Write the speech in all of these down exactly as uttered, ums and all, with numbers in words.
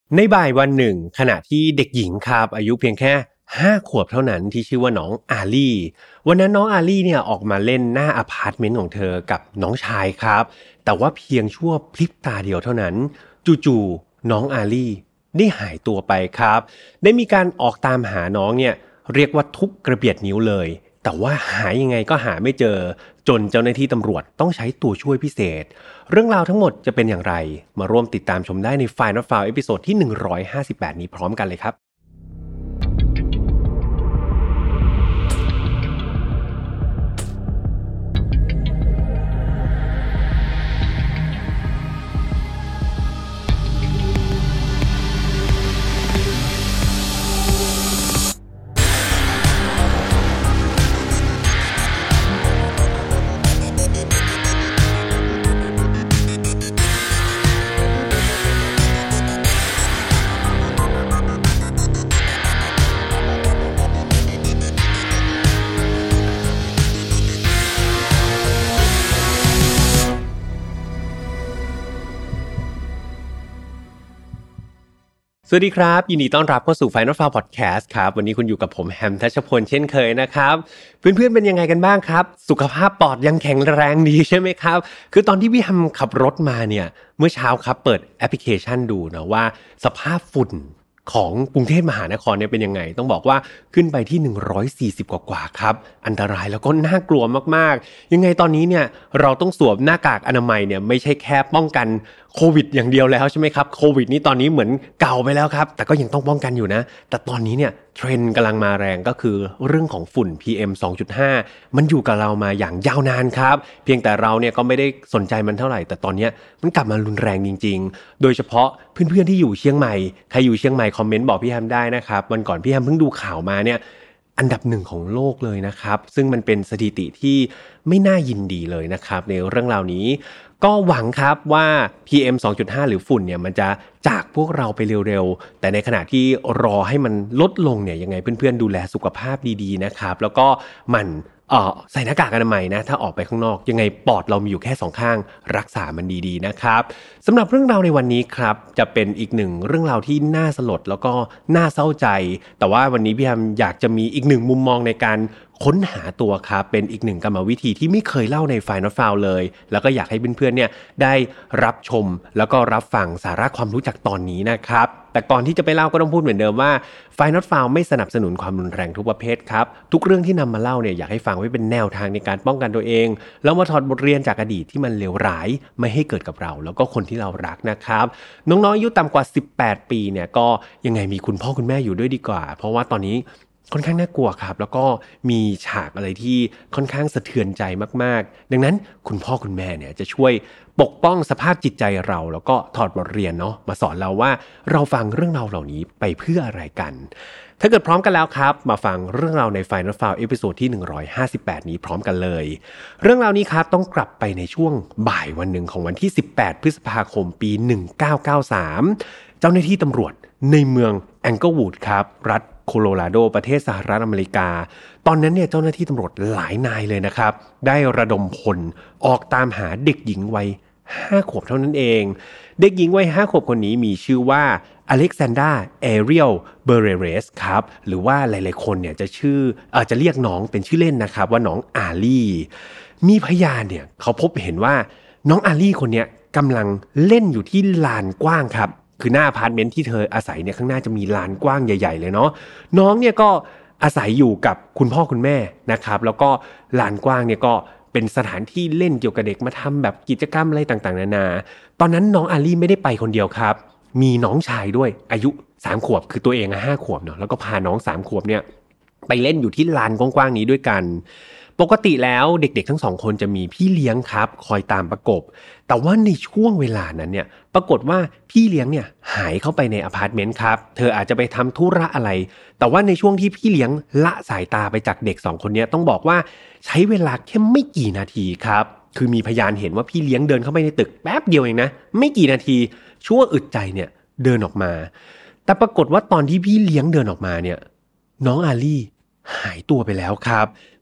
ในบ่ายวันหนึ่งขณะที่เด็กหญิงครับอายุเพียงแค่ห้าขวบเท่านั้นที่ชื่อว่าน้องอาลี่วันนั้นน้องอาลี่เนี่ยออกมาเล่นหน้าอพาร์ตเมนต์ของเธอกับน้องชายครับแต่ว่าเพียงชั่วพริบตาเดียวเท่านั้นจู่ๆน้องอาลี่ได้หายตัวไปครับได้มีการออกตามหาน้องเนี่ยเรียกว่าทุกกระเบียดนิ้วเลยแต่ว่าหายังไงก็หาไม่เจอจนเจ้าหน้าที่ตำรวจต้องใช้ตัวช่วยพิเศษเรื่องราวทั้งหมดจะเป็นอย่างไรมาร่วมติดตามชมได้ใน Final File เอพิโซดที่หนึ่งร้อยห้าสิบแปดนี้พร้อมกันเลยครับสวัสดีครับยินดีต้อนรับเข้าสู่ Final File Podcast ครับวันนี้คุณอยู่กับผมแฮมทัชพลเช่นเคยนะครับเพื่อนๆเป็นยังไงกันบ้างครับสุขภาพปอดยังแข็งแรงดีใช่ไหมครับคือตอนที่พี่แฮมขับรถมาเนี่ยเมื่อเช้าครับเปิดแอปพลิเคชันดูนะว่าสภาพฝุ่นของกรุงเทพมหานครเนี่ยเป็นยังไงต้องบอกว่าขึ้นไปที่หนึ่งร้อยสี่สิบกว่าๆครับอันตรายแล้วก็น่ากลัวมากๆยังไงตอนนี้เนี่ยเราต้องสวมหน้ากากอนามัยเนี่ยไม่ใช่แค่ป้องกันโควิดอย่างเดียวแล้วใช่ไหมครับโควิดนี่ตอนนี้เหมือนเก่าไปแล้วครับแต่ก็ยังต้องป้องกันอยู่นะแต่ตอนนี้เนี่ยเทรนด์กำลังมาแรงก็คือเรื่องของฝุ่น พี เอ็ม สองจุดห้า มันอยู่กับเรามาอย่างยาวนานครับเพียงแต่เราเนี่ยก็ไม่ได้สนใจมันเท่าไหร่แต่ตอนนี้มันกลับมารุนแรงจริงๆโดยเฉพาะเพื่อนๆที่อยู่เชียงใหม่ใครอยู่เชียงใหม่คอมเมนต์บอกพี่แฮมได้นะครับวันก่อนพี่แฮมเพิ่งดูข่าวมาเนี่ยอันดับหนึ่งของโลกเลยนะครับซึ่งมันเป็นสถิติที่ไม่น่ายินดีเลยนะครับในเรื่องราวนี้ก็หวังครับว่า พี เอ็ม สองจุดห้า หรือฝุ่นเนี่ยมันจะจากพวกเราไปเร็วๆแต่ในขณะที่รอให้มันลดลงเนี่ยยังไงเพื่อนๆดูแลสุขภาพดีๆนะครับแล้วก็มันเอ่อใส่หน้ากากอนามัยนะถ้าออกไปข้างนอกยังไงปอดเรามีอยู่แค่สองข้างรักษามันดีๆนะครับสำหรับเรื่องราวในวันนี้ครับจะเป็นอีกหนึ่งเรื่องราวที่น่าสลดแล้วก็น่าเศร้าใจแต่ว่าวันนี้พี่แฮมอยากจะมีอีกหนึ่งมุมมองในการค้นหาตัวครับเป็นอีกหนึ่งกรรมวิธีที่ไม่เคยเล่าใน Final File เลยแล้วก็อยากให้เพื่อนๆเนี่ยได้รับชมแล้วก็รับฟังสาระความรู้จากตอนนี้นะครับแต่ก่อนที่จะไปเล่าก็ต้องพูดเหมือนเดิมว่า Final File ไม่สนับสนุนความรุนแรงทุกประเภทครับทุกเรื่องที่นำมาเล่าเนี่ยอยากให้ฟังไว้เป็นแนวทางในการป้องกันตัวเองแล้วมาถอดบทเรียนจากอดีตที่มันเลวร้ายไม่ให้เกิดกับเราแล้วก็คนที่เรารักนะครับน้องๆอายุต่ำกว่าสิบแปดปีเนี่ยก็ยังไงมีคุณพ่อคุณแม่อยู่ด้วยดีกว่าเพราะว่าตอนนี้ค่อนข้างน่ากลัวครับแล้วก็มีฉากอะไรที่ค่อนข้างสะเทือนใจมากๆดังนั้นคุณพ่อคุณแม่เนี่ยจะช่วยปกป้องสภาพจิตใจเราแล้วก็ถอดบทเรียนเนาะมาสอนเราว่าเราฟังเรื่องราวเหล่านี้ไปเพื่ออะไรกันถ้าเกิดพร้อมกันแล้วครับมาฟังเรื่องราวใน Final File เอพิโซดที่หนึ่งร้อยห้าสิบแปดนี้พร้อมกันเลยเรื่องราวนี้ครับต้องกลับไปในช่วงบ่ายวันหนึ่งของวันที่สิบแปดพฤษภาคมปีหนึ่งเก้าเก้าสามเจ้าหน้าที่ตำรวจในเมืองแองเกิลวูดครับรัฐโคโลราโดประเทศสหรัฐอเมริกาตอนนั้นเนี่ยเจ้าหน้าที่ตำรวจหลายนายเลยนะครับได้ระดมพลออกตามหาเด็กหญิงวัยห้าขวบเท่านั้นเองเด็กหญิงวัยห้าขวบคนนี้มีชื่อว่าอเล็กซานดราแอเรียลเบเรเรสครับหรือว่าหลายๆคนเนี่ยจะชื่อเอ่อจะเรียกน้องเป็นชื่อเล่นนะครับว่าน้องอาลี่มีพยานเนี่ยเขาพบเห็นว่าน้องอาลี่คนเนี้ยกำลังเล่นอยู่ที่ลานกว้างครับคือหน้าอพาร์ตเมนต์ที่เธออาศัยเนี่ยข้างหน้าจะมีลานกว้างใหญ่ๆเลยเนาะน้องเนี่ยก็อาศัยอยู่กับคุณพ่อคุณแม่นะครับแล้วก็ลานกว้างเนี่ยก็เป็นสถานที่เล่นเกี่ยวกับเด็กมาทำแบบกิจกรรมอะไรต่างๆนานาตอนนั้นน้องอาลี่ไม่ได้ไปคนเดียวครับมีน้องชายด้วยอายุสามขวบคือตัวเองอ่ะห้าขวบเนาะแล้วก็พาน้องสามขวบเนี่ยไปเล่นอยู่ที่ลานกว้างๆนี้ด้วยกันปกติแล้วเด็กๆทั้งสองคนจะมีพี่เลี้ยงครับคอยตามประกบแต่ว่าในช่วงเวลานั้นเนี่ยปรากฏว่าพี่เลี้ยงเนี่ยหายเข้าไปในอพาร์ตเมนต์ครับเธออาจจะไปทำธุระอะไรแต่ว่าในช่วงที่พี่เลี้ยงละสายตาไปจากเด็กสองคนนี้ต้องบอกว่าใช้เวลาแค่ไม่กี่นาทีครับคือมีพยานเห็นว่าพี่เลี้ยงเดินเข้าไปในตึกแป๊บเดียวเองนะไม่กี่นาทีชั่วอึดใจเนี่ยเดินออกมาแต่ปรากฏว่าตอนที่พี่เลี้ยงเดินออกมาเนี่ยน้องอาลี่หายตัวไปแล้วครับ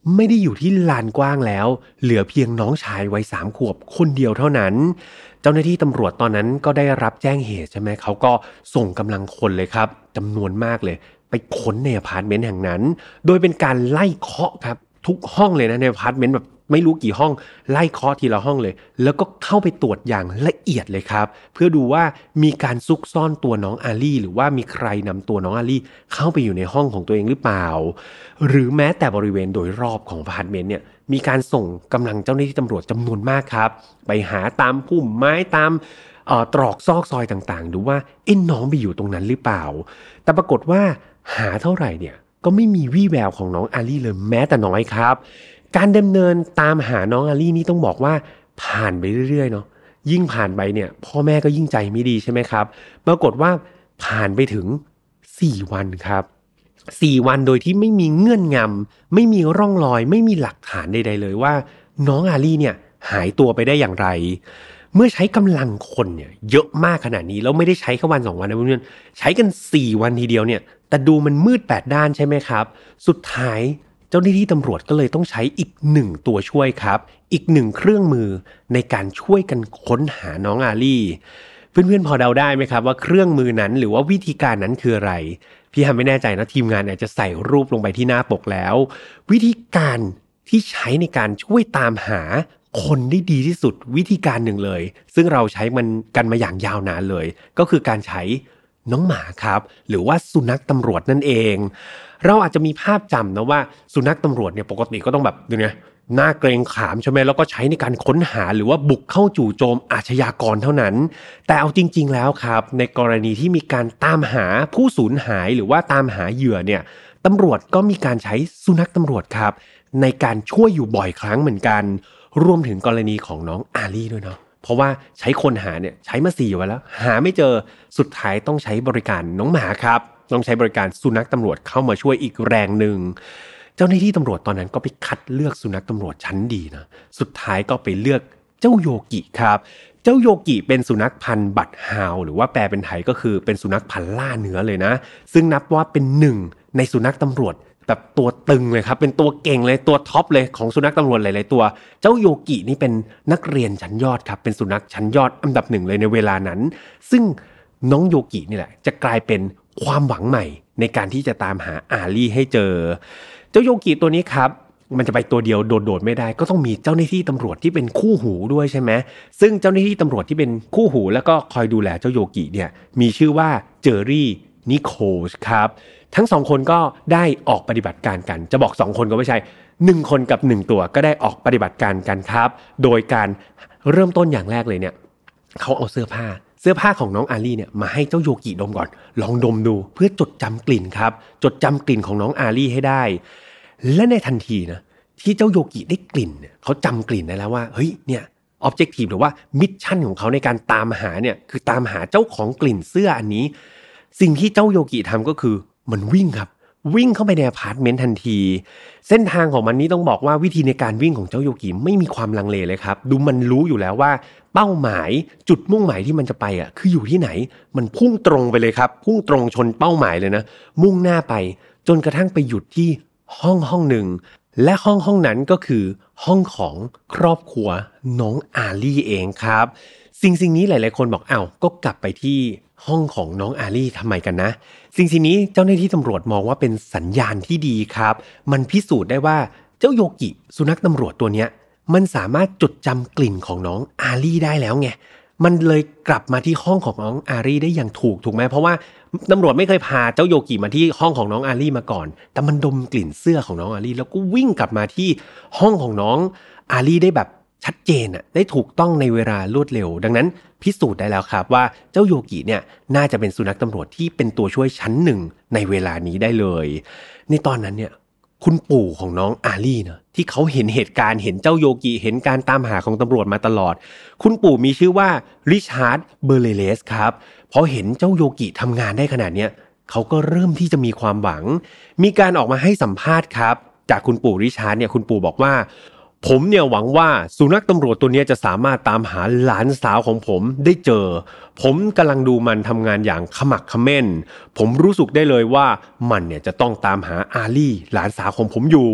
ไม่ได้อยู่ที่ลานกว้างแล้วเหลือเพียงน้องชายวัยสามขวบคนเดียวเท่านั้นเจ้าหน้าที่ตำรวจตอนนั้นก็ได้รับแจ้งเหตุใช่ไหมเขาก็ส่งกำลังคนเลยครับจำนวนมากเลยไปค้นในอพาร์ตเมนต์แห่งนั้นโดยเป็นการไล่เคาะครับทุกห้องเลยนะในอพาร์ตเมนต์แบบไม่รู้กี่ห้องไล่เคาะทีละห้องเลยแล้วก็เข้าไปตรวจอย่างละเอียดเลยครับเพื่อดูว่ามีการซุกซ่อนตัวน้องอาลี่หรือว่ามีใครนำตัวน้องอาลี่เข้าไปอยู่ในห้องของตัวเองหรือเปล่าหรือแม้แต่บริเวณโดยรอบของอพาร์ตเมนต์เนี่ยมีการส่งกำลังเจ้าหน้าที่ตำรวจจำนวนมากครับไปหาตามพุ่มไม้ตามเอ่อตรอกซอกซอยต่างๆดูว่าเอ็นน้องไปอยู่ตรงนั้นหรือเปล่าแต่ปรากฏว่าหาเท่าไหร่เนี่ยก็ไม่มีวี่แววของน้องอาลี่เลยแม้แต่น้อยครับการดำเนินตามหาน้องอาลี่นี่ต้องบอกว่าผ่านไปเรื่อยๆเนาะยิ่งผ่านไปเนี่ยพ่อแม่ก็ยิ่งใจไม่ดีใช่ไหมครับปรากฏว่าผ่านไปถึงสี่วันครับสี่วันโดยที่ไม่มีเงื่อนงำไม่มีร่องรอยไม่มีหลักฐานใดๆเลยว่าน้องอาลี่เนี่ยหายตัวไปได้อย่างไรเมื่อใช้กำลังคนเนี่ยเยอะมากขนาดนี้แล้วไม่ได้ใช้แค่วันสองวันนะเพื่อนๆใช้กันสี่วันทีเดียวเนี่ยแต่ดูมันมืดแปดด้านใช่ไหมครับสุดท้ายเจ้าหน้าที่ตำรวจก็เลยต้องใช้อีกหนึ่งตัวช่วยครับอีกหนึ่งเครื่องมือในการช่วยกันค้นหาน้องอาลี่เพื่อนๆพอเดาได้ไหมครับว่าเครื่องมือนั้นหรือว่าวิธีการนั้นคืออะไรพี่ทำไม่แน่ใจนะทีมงานอาจจะใส่รูปลงไปที่หน้าปกแล้ววิธีการที่ใช้ในการช่วยตามหาคนได้ดีที่สุดวิธีการหนึ่งเลยซึ่งเราใช้มันกันมาอย่างยาวนานเลยก็คือการใช้น้องหมาครับหรือว่าสุนัขตำรวจนั่นเองเราอาจจะมีภาพจำนะว่าสุนัขตำรวจเนี่ยปกติก็ต้องแบบดูเนี่ยหน้าเกรงขามใช่ไหมแล้วก็ใช้ในการค้นหาหรือว่าบุกเข้าจู่โจมอาชญากรเท่านั้นแต่เอาจริงๆแล้วครับในกรณีที่มีการตามหาผู้สูญหายหรือว่าตามหาเหยื่อเนี่ยตำรวจก็มีการใช้สุนัขตำรวจครับในการช่วยอยู่บ่อยครั้งเหมือนกันรวมถึงกรณีของน้องอาลี่ด้วยเนาะเพราะว่าใช้คนหาเนี่ยใช้มาสี่วันแล้วหาไม่เจอสุดท้ายต้องใช้บริการน้องหมาครับต้องใช้บริการสุนัขตำรวจเข้ามาช่วยอีกแรงหนึ่งเจ้าหน้าที่ตำรวจตอนนั้นก็ไปคัดเลือกสุนัขตำรวจชั้นดีนะสุดท้ายก็ไปเลือกเจ้าโยกิครับเจ้าโยกิเป็นสุนัขพันธุ์บัตฮาวหรือว่าแปลเป็นไทยก็คือเป็นสุนัขพันธุ์ล่าเนื้อเลยนะซึ่งนับว่าเป็นหนึ่งในสุนัขตำรวจแบบตัวตึงเลยครับเป็นตัวเก่งเลยตัวท็อปเลยของสุนัขตำรวจหลายๆตัวเจ้าโยกินี่เป็นนักเรียนชั้นยอดครับเป็นสุนัขชั้นยอดอันดับหนึ่งเลยในเวลานั้นซึ่งน้องโยกินี่แหละจะกลายเป็นความหวังใหม่ในการที่จะตามหาอาลี่ให้เจอเจ้าโยกิตัวนี้ครับมันจะไปตัวเดียวโดดๆไม่ได้ก็ต้องมีเจ้าหน้าที่ตำรวจที่เป็นคู่หูด้วยใช่ไหมซึ่งเจ้าหน้าที่ตำรวจที่เป็นคู่หูแล้วก็คอยดูแลเจ้าโยกิเนี่ยมีชื่อว่าเจอรี่นิโคลส์ครับทั้งสองคนก็ได้ออกปฏิบัติการกันจะบอกสองคนก็ไม่ใช่หนึ่งคนกับหนึ่งตัวก็ได้ออกปฏิบัติการกันครับโดยการเริ่มต้นอย่างแรกเลยเนี่ยเขาเอาเสื้อผ้าเสื้อผ้าของน้องอาลี่เนี่ยมาให้เจ้าโยกิดมก่อนลองดมดูเพื่อจดจำกลิ่นครับจดจำกลิ่นของน้องอาลี่ให้ได้และในทันทีนะที่เจ้าโยกิได้กลิ่นเนี่ยเขาจำกลิ่นได้แล้วว่าเฮ้ยเนี่ยออบเจกตีฟหรือว่ามิชชั่นของเขาในการตามหาเนี่ยคือตามหาเจ้าของกลิ่นเสื้ออันนี้สิ่งที่เจ้าโยกิทำก็คือมันวิ่งครับวิ่งเข้าไปในอพาร์ตเมนต์ทันทีเส้นทางของมันนี้ต้องบอกว่าวิธีในการวิ่งของเจ้าโยกิไม่มีความลังเลเลยครับดูมันรู้อยู่แล้วว่าเป้าหมายจุดมุ่งหมายที่มันจะไปอ่ะคืออยู่ที่ไหนมันพุ่งตรงไปเลยครับพุ่งตรงชนเป้าหมายเลยนะมุ่งหน้าไปจนกระทั่งไปหยุดที่ห้องห้องหนึ่งและห้องห้องนั้นก็คือห้องของครอบครัวน้องอาลี่เองครับสิ่งสิ่งนี้หลายๆคนบอกอ้าวก็กลับไปที่ห้องของน้องอาลี่ทำไมกันนะสิ่งสิ่งนี้เจ้าหน้าที่ตำรวจมองว่าเป็นสัญญาณที่ดีครับมันพิสูจน์ได้ว่าเจ้าโยกิสุนัขตำรวจตัวเนี้ยมันสามารถจดจำกลิ่นของน้องอาลี่ได้แล้วไงมันเลยกลับมาที่ห้องของน้องอาลี่ได้อย่างถูกถูกไหมเพราะว่าตำรวจไม่เคยพาเจ้าโยกิมาที่ห้องของน้องอาลี่มาก่อนแต่มันดมกลิ่นเสื้อของน้องอาลี่แล้วก็วิ่งกลับมาที่ห้องของน้องอาลี่ได้แบบชัดเจนอ่ะได้ถูกต้องในเวลารวดเร็วดังนั้นพิสูจน์ได้แล้วครับว่าเจ้าโยกิเนี่ยน่าจะเป็นสุนัขตำรวจที่เป็นตัวช่วยชั้นหนึ่งในเวลานี้ได้เลยในตอนนั้นเนี่ยคุณปู่ของน้องอาลี่เนาะที่เขาเห็นเหตุการณ์เห็นเจ้าโยกิเห็นการตามหาของตำรวจมาตลอดคุณปู่มีชื่อว่าริชาร์ดเบอร์เลเลสครับพอเห็นเจ้าโยกิทำงานได้ขนาดเนี้ยเขาก็เริ่มที่จะมีความหวังมีการออกมาให้สัมภาษณ์ครับจากคุณปู่ริชาร์ดเนี่ยคุณปู่บอกว่าผมเนี่ยหวังว่าสุนัขตำรวจตัวนี้จะสามารถตามหาหลานสาวของผมได้เจอผมกำลังดูมันทำงานอย่างขมักเขม้นผมรู้สึกได้เลยว่ามันเนี่ยจะต้องตามหาอาลี่หลานสาวของผมอยู่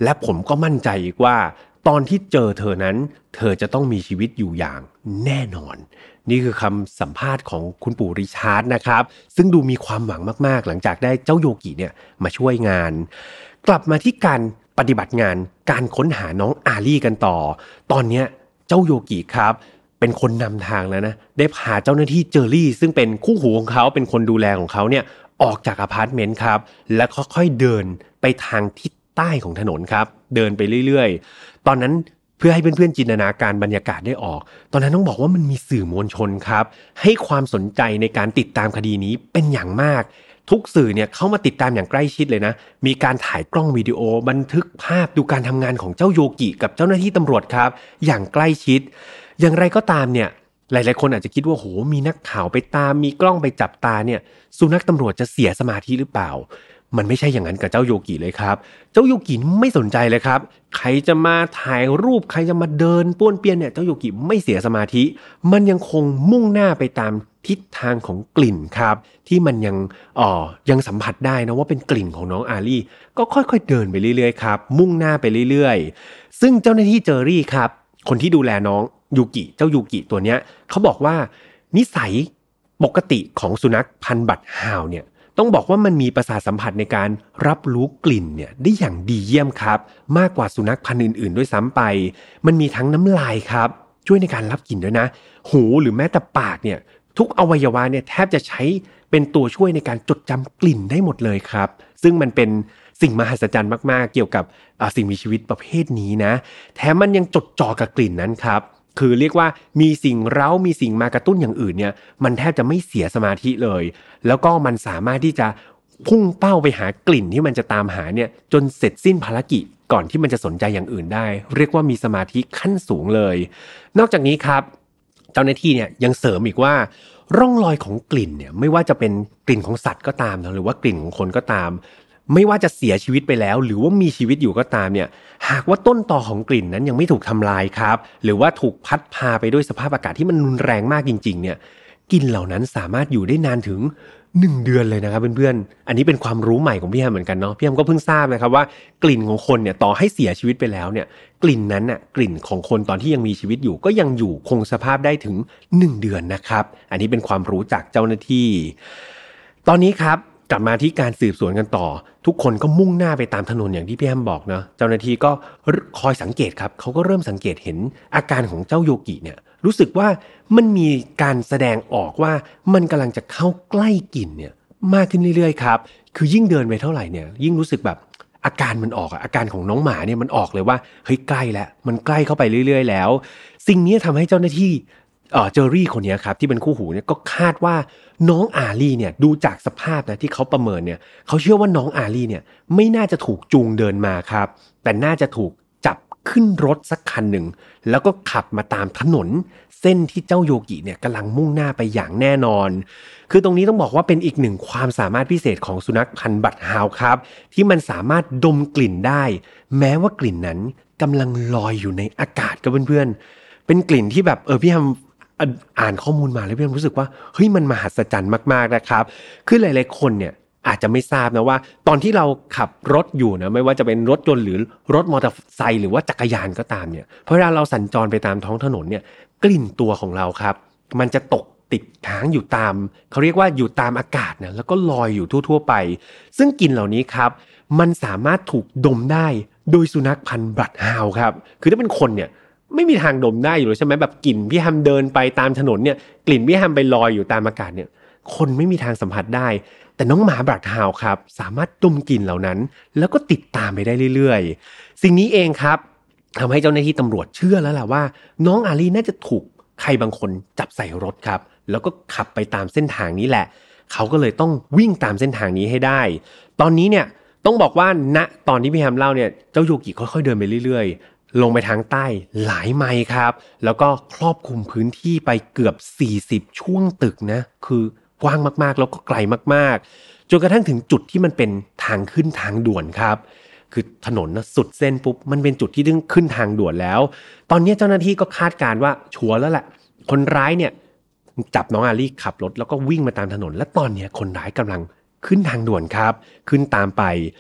และผมก็มั่นใจอีกว่าตอนที่เจอเธอนั้นเธอจะต้องมีชีวิตอยู่อย่างแน่นอนนี่คือคำสัมภาษณ์ของคุณปู่ริชาร์ดนะครับซึ่งดูมีความหวังมากๆหลังจากได้เจ้าโยกิเนี่ยมาช่วยงานกลับมาที่การปฏิบัติงานการค้นหาน้องอาลี่กันต่อตอนนี้เจ้าโยกิครับเป็นคนนำทางแล้วนะได้พาเจ้าหน้าที่เจอรี่ซึ่งเป็นคู่หูของเขาเป็นคนดูแลของเขาเนี่ยออกจากอพาร์ตเมนต์ครับและค่อยๆเดินไปทางทิศใต้ของถนนครับเดินไปเรื่อยๆตอนนั้นเพื่อให้เพื่อนๆจินตนาการบรรยากาศได้ออกตอนนั้นต้องบอกว่ามันมีสื่อมวลชนครับให้ความสนใจในการติดตามคดีนี้เป็นอย่างมากทุกสื่อเนี่ยเข้ามาติดตามอย่างใกล้ชิดเลยนะมีการถ่ายกล้องวิดีโอบันทึกภาพดูการทำงานของเจ้าโยกิกับเจ้าหน้าที่ตำรวจครับอย่างใกล้ชิดอย่างไรก็ตามเนี่ยหลายๆคนอาจจะคิดว่าโหมีนักข่าวไปตามมีกล้องไปจับตาเนี่ยสุนัขตำรวจจะเสียสมาธิหรือเปล่ามันไม่ใช่อย่างนั้นกับเจ้าโยกิเลยครับเจ้าโยกิไม่สนใจเลยครับใครจะมาถ่ายรูปใครจะมาเดินป้วนเปี้ยนเนี่ยเจ้าโยกิไม่เสียสมาธิมันยังคงมุ่งหน้าไปตามทิศทางของกลิ่นครับที่มันยังอ๋อยังสัมผัสได้นะว่าเป็นกลิ่นของน้องอาลี่ก็ค่อยๆเดินไปเรื่อยๆครับมุ่งหน้าไปเรื่อยๆซึ่งเจ้าหน้าที่เจอรี่ครับคนที่ดูแลน้องยูกิเจ้ายูกิตัวเนี้ยเขาบอกว่านิสัยปกติของสุนัขพันธุ์บัตฮาวเนี่ยต้องบอกว่ามันมีประสาทสัมผัสในการรับรู้กลิ่นเนี่ยได้อย่างดีเยี่ยมครับมากกว่าสุนัขพันธุ์อื่นๆด้วยซ้ำไปมันมีทั้งน้ำลายครับช่วยในการรับกลิ่นด้วยนะหูหรือแม้แต่ปากเนี่ยทุกอวัยวะเนี่ยแทบจะใช้เป็นตัวช่วยในการจดจำกลิ่นได้หมดเลยครับซึ่งมันเป็นสิ่งมหัศจรรย์มากๆเกี่ยวกับสิ่งมีชีวิตประเภทนี้นะแถมมันยังจดจ่อกับกลิ่นนั้นครับคือเรียกว่ามีสิ่งเร้ามีสิ่งมากระตุ้นอย่างอื่นเนี่ยมันแทบจะไม่เสียสมาธิเลยแล้วก็มันสามารถที่จะพุ่งเป้าไปหากลิ่นที่มันจะตามหาเนี่ยจนเสร็จสิ้นภารกิจก่อนที่มันจะสนใจอย่างอื่นได้เรียกว่ามีสมาธิขั้นสูงเลยนอกจากนี้ครับเจ้าหน้าที่เนี่ยยังเสริมอีกว่าร่องรอยของกลิ่นเนี่ยไม่ว่าจะเป็นกลิ่นของสัตว์ก็ตามนะหรือว่ากลิ่นของคนก็ตามไม่ว่าจะเสียชีวิตไปแล้วหรือว่ามีชีวิตอยู่ก็ตามเนี่ยหากว่าต้นตอของกลิ่นนั้นยังไม่ถูกทำลายครับหรือว่าถูกพัดพาไปด้วยสภาพอากาศที่มันรุนแรงมากจริงๆเนี่ยกลิ่นเหล่านั้นสามารถอยู่ได้นานถึงหนึ่งเดือนเลยนะครับเพื่อนๆอันนี้เป็นความรู้ใหม่ของพี่แฮมเหมือนกันเนาะพี่แฮมก็เพิ่งทราบนะครับว่ากลิ่นของคนเนี่ยต่อให้เสียชีวิตไปแล้วเนี่ยกลิ่นนั้นน่ะกลิ่นของคนตอนที่ยังมีชีวิตอยู่ก็ยังอยู่คงสภาพได้ถึงหนึ่งเดือนนะครับอันนี้เป็นความรู้จากเจ้าหน้าที่ตอนนี้ครับกลับมาที่การสืบสวนกันต่อทุกคนก็มุ่งหน้าไปตามถนนอย่างที่พี่แฮมบอกเนาะเจ้าหน้าที่ก็คอยสังเกตครับเขาก็เริ่มสังเกตเห็นอาการของเจ้าโยกิเนี่ยรู้สึกว่ามันมีการแสดงออกว่ามันกำลังจะเข้าใกล้กลิ่นเนี่ยมากขึ้นเรื่อยๆครับคือยิ่งเดินไปเท่าไหร่เนี่ยยิ่งรู้สึกแบบอาการมันออกอาการของน้องหมาเนี่ยมันออกเลยว่าเฮ้ยใกล้แล้วมันใกล้เข้าไปเรื่อยๆแล้วสิ่งนี้ทำให้เจ้าหน้าที่เอ่อเจอรี่คนนี้ครับที่เป็นคู่หูเนี่ยก็คาดว่าน้องอาลี่เนี่ยดูจากสภาพนะที่เขาประเมินเนี่ยเขาเชื่อว่าน้องอาลี่เนี่ยไม่น่าจะถูกจูงเดินมาครับแต่น่าจะถูกจับขึ้นรถสักคันหนึ่งแล้วก็ขับมาตามถนนเส้นที่เจ้าโยกิเนี่ยกำลังมุ่งหน้าไปอย่างแน่นอนคือตรงนี้ต้องบอกว่าเป็นอีกหนึ่งความสามารถพิเศษของสุนัขพันธุ์บัตฮาวครับที่มันสามารถดมกลิ่นได้แม้ว่ากลิ่นนั้นกำลังลอยอยู่ในอากาศกับเพื่อนๆเป็นกลิ่นที่แบบเออพี่ทำอ่านข้อมูลมาแล้วพี่รู้สึกว่าเฮ้ยมันมหัศจรรย์มากๆนะครับคือหลายๆคนเนี่ยอาจจะไม่ทราบนะว่าตอนที่เราขับรถอยู่นะไม่ว่าจะเป็นรถยนต์หรือรถมอเตอร์ไซค์หรือว่าจักรยานก็ตามเนี่ยเพราะเวลาเราสัญจรไปตามท้องถนนเนี่ยกลิ่นตัวของเราครับมันจะตกติดค้างอยู่ตามเขาเรียกว่าอยู่ตามอากาศนะแล้วก็ลอยอยู่ทั่วๆไปซึ่งกลิ่นเหล่านี้ครับมันสามารถถูกดมได้โดยสุนัขพันธุ์บัตฮาวครับคือถ้าเป็นคนเนี่ยไม่มีทางดมได้อยู่เลยใช่ไหมแบบกลิ่นพี่แฮมเดินไปตามถนนเนี่ยกลิ่นพี่แฮมไปลอยอยู่ตามอากาศเนี่ยคนไม่มีทางสัมผัสได้แต่น้องหมาบัตฮาวครับสามารถดมกลิ่นเหล่านั้นแล้วก็ติดตามไปได้เรื่อยๆสิ่งนี้เองครับทำให้เจ้าหน้าที่ตำรวจเชื่อแล้วล่ะว่าน้องอาลีน่าจะถูกใครบางคนจับใส่รถครับแล้วก็ขับไปตามเส้นทางนี้แหละเขาก็เลยต้องวิ่งตามเส้นทางนี้ให้ได้ตอนนี้เนี่ยต้องบอกว่าณตอนที่พี่แฮมเล่าเนี่ยเจ้าโยกิค่อยๆเดินไปเรื่อยๆลงไปทางใต้หลายไมล์ครับแล้วก็ครอบคลุมพื้นที่ไปเกือบสี่สิบช่วงตึกนะคือกว้างมากๆแล้วก็ไกลมากๆจนกระทั่งถึงจุดที่มันเป็นทางขึ้นทางด่วนครับคือถนนนะสุดเส้นปุ๊บมันเป็นจุดที่ดึงขึ้นทางด่วนแล้วตอนนี้เจ้าหน้าที่ก็คาดการณ์ว่าชัวร์แล้วแหละคนร้ายเนี่ยจับน้องอาลี่ขับรถแล้วก็วิ่งมาตามถนนและตอนนี้คนร้ายกำลังขึ้นทางด่วนครับขึ้นตามไปพ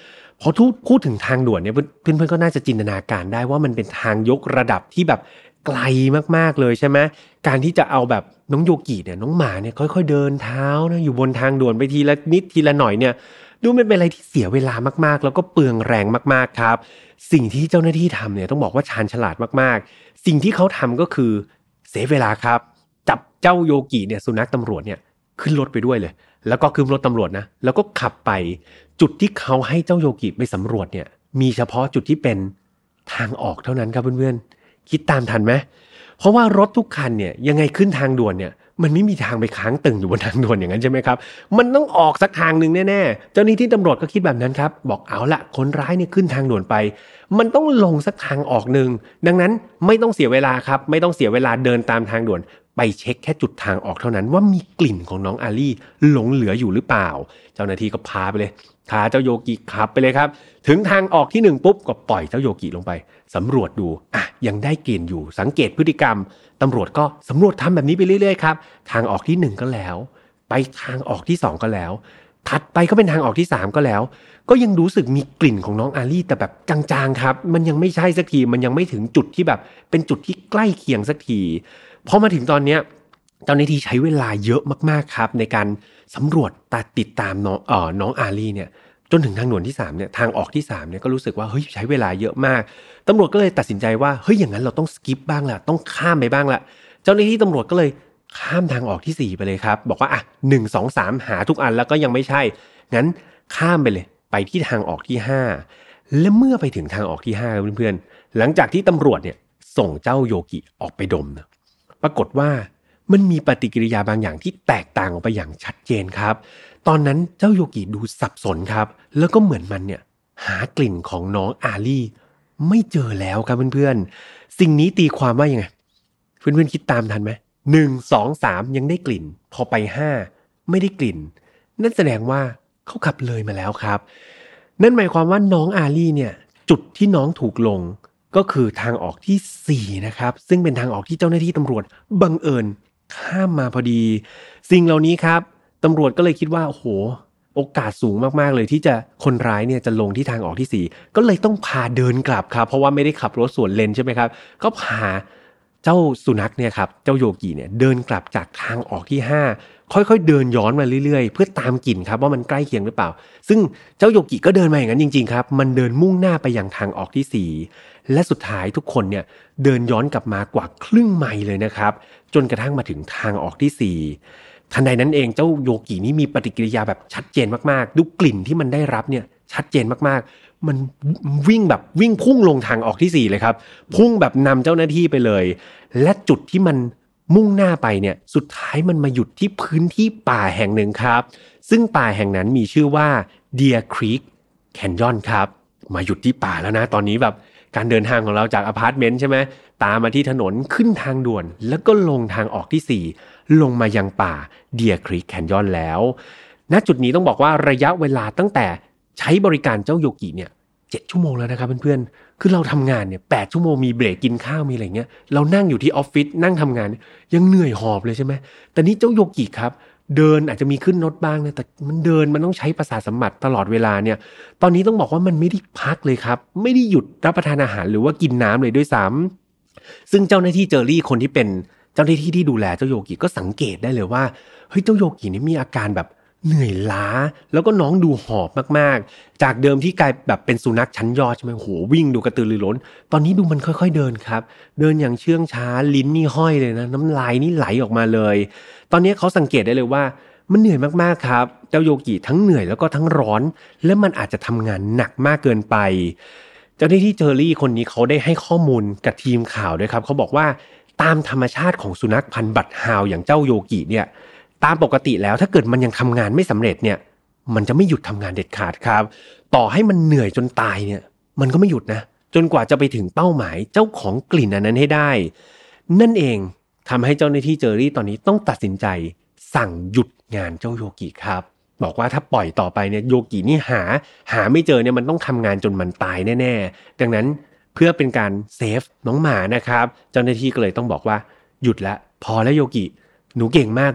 พอทุพูดถึงทางด่วนเนี่ยเพื่อนๆก็น่าจะจินตนาการได้ว่ามันเป็นทางยกระดับที่แบบไกลมากๆเลยใช่ไหมการที่จะเอาแบบน้องโยกิเนี่ยน้องหมาเนี่ยค่อยๆเดินเท้านะอยู่บนทางด่วนไปทีละนิดทีละหน่อยเนี่ยดูมันเป็นอะไรที่เสียเวลามากๆแล้วก็เปลืองแรงมากๆครับสิ่งที่เจ้าหน้าที่ทำเนี่ยต้องบอกว่าชาญฉลาดมากๆสิ่งที่เขาทำก็คือเซฟเวลาครับจับเจ้าโยกิเนี่ยสุนัขตำรวจเนี่ยขึ้นรถไปด้วยเลยแล้วก็ขึ้นรถตำรวจนะแล้วก็ขับไปจุดที่เขาให้เจ้าโยกิไปสำรวจเนี่ยมีเฉพาะจุดที่เป็นทางออกเท่านั้นครับเพื่อนๆคิดตามทันไหมเพราะว่ารถทุกคันเนี่ยยังไงขึ้นทางด่วนเนี่ยมันไม่มีทางไปค้างตึงอยู่บนทางด่วนอย่างนั้นใช่ไหมครับมันต้องออกสักทางนึงแน่ๆเจ้าหน้าที่ตำรวจก็คิดแบบนั้นครับบอกเอาละคนร้ายเนี่ยขึ้นทางด่วนไปมันต้องลงสักทางออกนึงดังนั้นไม่ต้องเสียเวลาครับไม่ต้องเสียเวลาเดินตามทางด่วนไปเช็คแค่จุดทางออกเท่านั้นว่ามีกลิ่นของน้องอาลี่หลงเหลืออยู่หรือเปล่าเจ้าหน้าที่ก็พาไปเลยพาเจ้าโยกิขับไปเลยครับถึงทางออกที่หนึ่งปุ๊บก็ปล่อยเจ้าโยกิลงไปสำรวจดูอ่ะยังได้กลิ่นอยู่สังเกตพฤติกรรมตำรวจก็สำรวจทำแบบนี้ไปเรื่อยๆครับทางออกที่หนึ่งก็แล้วไปทางออกที่สองก็แล้วถัดไปก็เป็นทางออกที่สามก็แล้วก็ยังรู้สึกมีกลิ่นของน้องอาลี่แต่แบบจางๆครับมันยังไม่ใช่สักทีมันยังไม่ถึงจุดที่แบบเป็นจุดที่ใกล้เคียงสักทีพอมาถึงตอนเนี้ยเจ้าหน้าที่ใช้เวลาเยอะมากๆครับในการสำรวจตัดติดตามน้องเอ่อน้องอาลี่เนี่ยจนถึงทางด่วนที่สามเนี่ยทางออกที่สามเนี่ยก็รู้สึกว่าเฮ้ยใช้เวลาเยอะมากตำรวจก็เลยตัดสินใจว่าเฮ้ยอย่างนั้นเราต้องสกิปบ้างละต้องข้ามไปบ้างละเจ้าหน้าที่ตำรวจก็เลยข้ามทางออกที่สี่ไปเลยครับบอกว่าอ่ะหนึ่ง สอง สามหาทุกอันแล้วก็ยังไม่ใช่งั้นข้ามไปเลยไปที่ทางออกที่ห้าและเมื่อไปถึงทางออกที่ห้าเพื่อนๆหลังจากที่ตำรวจเนี่ยส่งเจ้าโยกิออกไปดมนะปรากฏว่ามันมีปฏิกิริยาบางอย่างที่แตกต่างออกไปอย่างชัดเจนครับตอนนั้นเจ้าโยกิดูสับสนครับแล้วก็เหมือนมันเนี่ยหากลิ่นของน้องอาลี่ไม่เจอแล้วครับเพื่อนๆสิ่งนี้ตีความว่ายังไงเพื่อนๆคิดตามทันไหมหนึ่ง สอง สามยังได้กลิ่นพอไปห้าไม่ได้กลิ่นนั่นแสดงว่าเขาขับเลยมาแล้วครับนั่นหมายความว่าน้องอาลี่เนี่ยจุดที่น้องถูกลงก็คือทางออกที่สี่นะครับซึ่งเป็นทางออกที่เจ้าหน้าที่ตำรวจบังเอิญข้ามมาพอดีสิ่งเหล่านี้ครับตำรวจก็เลยคิดว่าโอ้โหโอกาสสูงมากๆเลยที่จะคนร้ายเนี่ยจะลงที่ทางออกที่สี่ก็เลยต้องพาเดินกลับครับเพราะว่าไม่ได้ขับรถสวนเลนใช่ไหมครับก็พาเจ้าสุนัขเนี่ยครับเจ้าโยกิเนี่ยเดินกลับจากทางออกที่ห้าค่อยๆเดินย้อนมาเรื่อยๆเพื่อตามกลิ่นครับว่ามันใกล้เคียงหรือเปล่าซึ่งเจ้าโยกิก็เดินมาอย่างนั้นจริงๆครับมันเดินมุ่งหน้าไปยังทางออกที่สี่และสุดท้ายทุกคนเนี่ยเดินย้อนกลับมากว่าครึ่งไมล์เลยนะครับจนกระทั่งมาถึงทางออกที่สี่ทันใดนั้นเองเจ้าโยกินี่มีปฏิกิริยาแบบชัดเจนมากๆดูกลิ่นที่มันได้รับเนี่ยชัดเจนมากๆมันวิ่งแบบวิ่งพุ่งลงทางออกที่สี่เลยครับพุ่งแบบนำเจ้าหน้าที่ไปเลยและจุดที่มันมุ่งหน้าไปเนี่ยสุดท้ายมันมาหยุดที่พื้นที่ป่าแห่งหนึ่งครับซึ่งป่าแห่งนั้นมีชื่อว่า Deer Creek Canyon ครับมาหยุดที่ป่าแล้วนะตอนนี้แบบการเดินทางของเราจากอพาร์ตเมนต์ใช่ไหมตามมาที่ถนนขึ้นทางด่วนแล้วก็ลงทางออกที่สี่ลงมายังป่า Deer Creek Canyon แล้วณจุดนี้ต้องบอกว่าระยะเวลาตั้งแต่ใช้บริการเจ้าโยกิเนี่ยเจ็ดชั่วโมงแล้วนะครับเพื่อนๆคือเราทำงานเนี่ยแปดชั่วโมงมีเบรกกินข้าวมีอะไรเงี้ยเรานั่งอยู่ที่ออฟฟิศนั่งทำงานยังเหนื่อยหอบเลยใช่ไหมแต่นี่เจ้าโยกิครับเดินอาจจะมีขึ้นรถบ้างนะแต่มันเดินมันต้องใช้ประสาทสัมผัสตลอดเวลาเนี่ยตอนนี้ต้องบอกว่ามันไม่ได้พักเลยครับไม่ได้หยุดรับประทานอาหารหรือว่ากินน้ำเลยด้วยซ้ำซึ่งเจ้าหน้าที่เจอรี่คนที่เป็นเจ้าหน้าที่ที่ดูแลเจ้าโยกิก็สังเกตได้เลยว่าเฮ้ยเจ้าโยกินี่มีอาการแบบเหนื่อยล้าแล้วก็น้องดูหอบมากๆจากเดิมที่กลายแบบเป็นสุนัขชั้นยอดใช่ไหมโหวิ่งดูกระตือรือร้นตอนนี้ดูมันค่อยๆเดินครับเดินอย่างเชื่องช้าลิ้นนี่ห้อยเลยนะน้ำลายนี่ไหลออกมาเลยตอนนี้เขาสังเกตได้เลยว่ามันเหนื่อยมากๆครับเจ้าโยกิทั้งเหนื่อยแล้วก็ทั้งร้อนและมันอาจจะทำงานหนักมากเกินไปเจ้าหน้าที่เจอรี่คนนี้เขาได้ให้ข้อมูลกับทีมข่าวด้วยครับเขาบอกว่าตามธรรมชาติของสุนัขพันธุ์บัตฮาวอย่างเจ้าโยกิเนี่ยตามปกติแล้วถ้าเกิดมันยังทำงานไม่สำเร็จเนี่ยมันจะไม่หยุดทำงานเด็ดขาดครับต่อให้มันเหนื่อยจนตายเนี่ยมันก็ไม่หยุดนะจนกว่าจะไปถึงเป้าหมายเจ้าของกลิ่นอันนั้นให้ได้นั่นเองทำให้เจ้าหน้าที่เจอรี่ตอนนี้ต้องตัดสินใจสั่งหยุดงานเจ้าโยกิครับบอกว่าถ้าปล่อยต่อไปเนี่ยโยกินี่หาหาไม่เจอเนี่ยมันต้องทำงานจนมันตายแน่ๆดังนั้นเพื่อเป็นการเซฟน้องหมานะครับเจ้าหน้าที่ก็เลยต้องบอกว่าหยุดละพอแล้วโยกิหนูเก่งมากลูก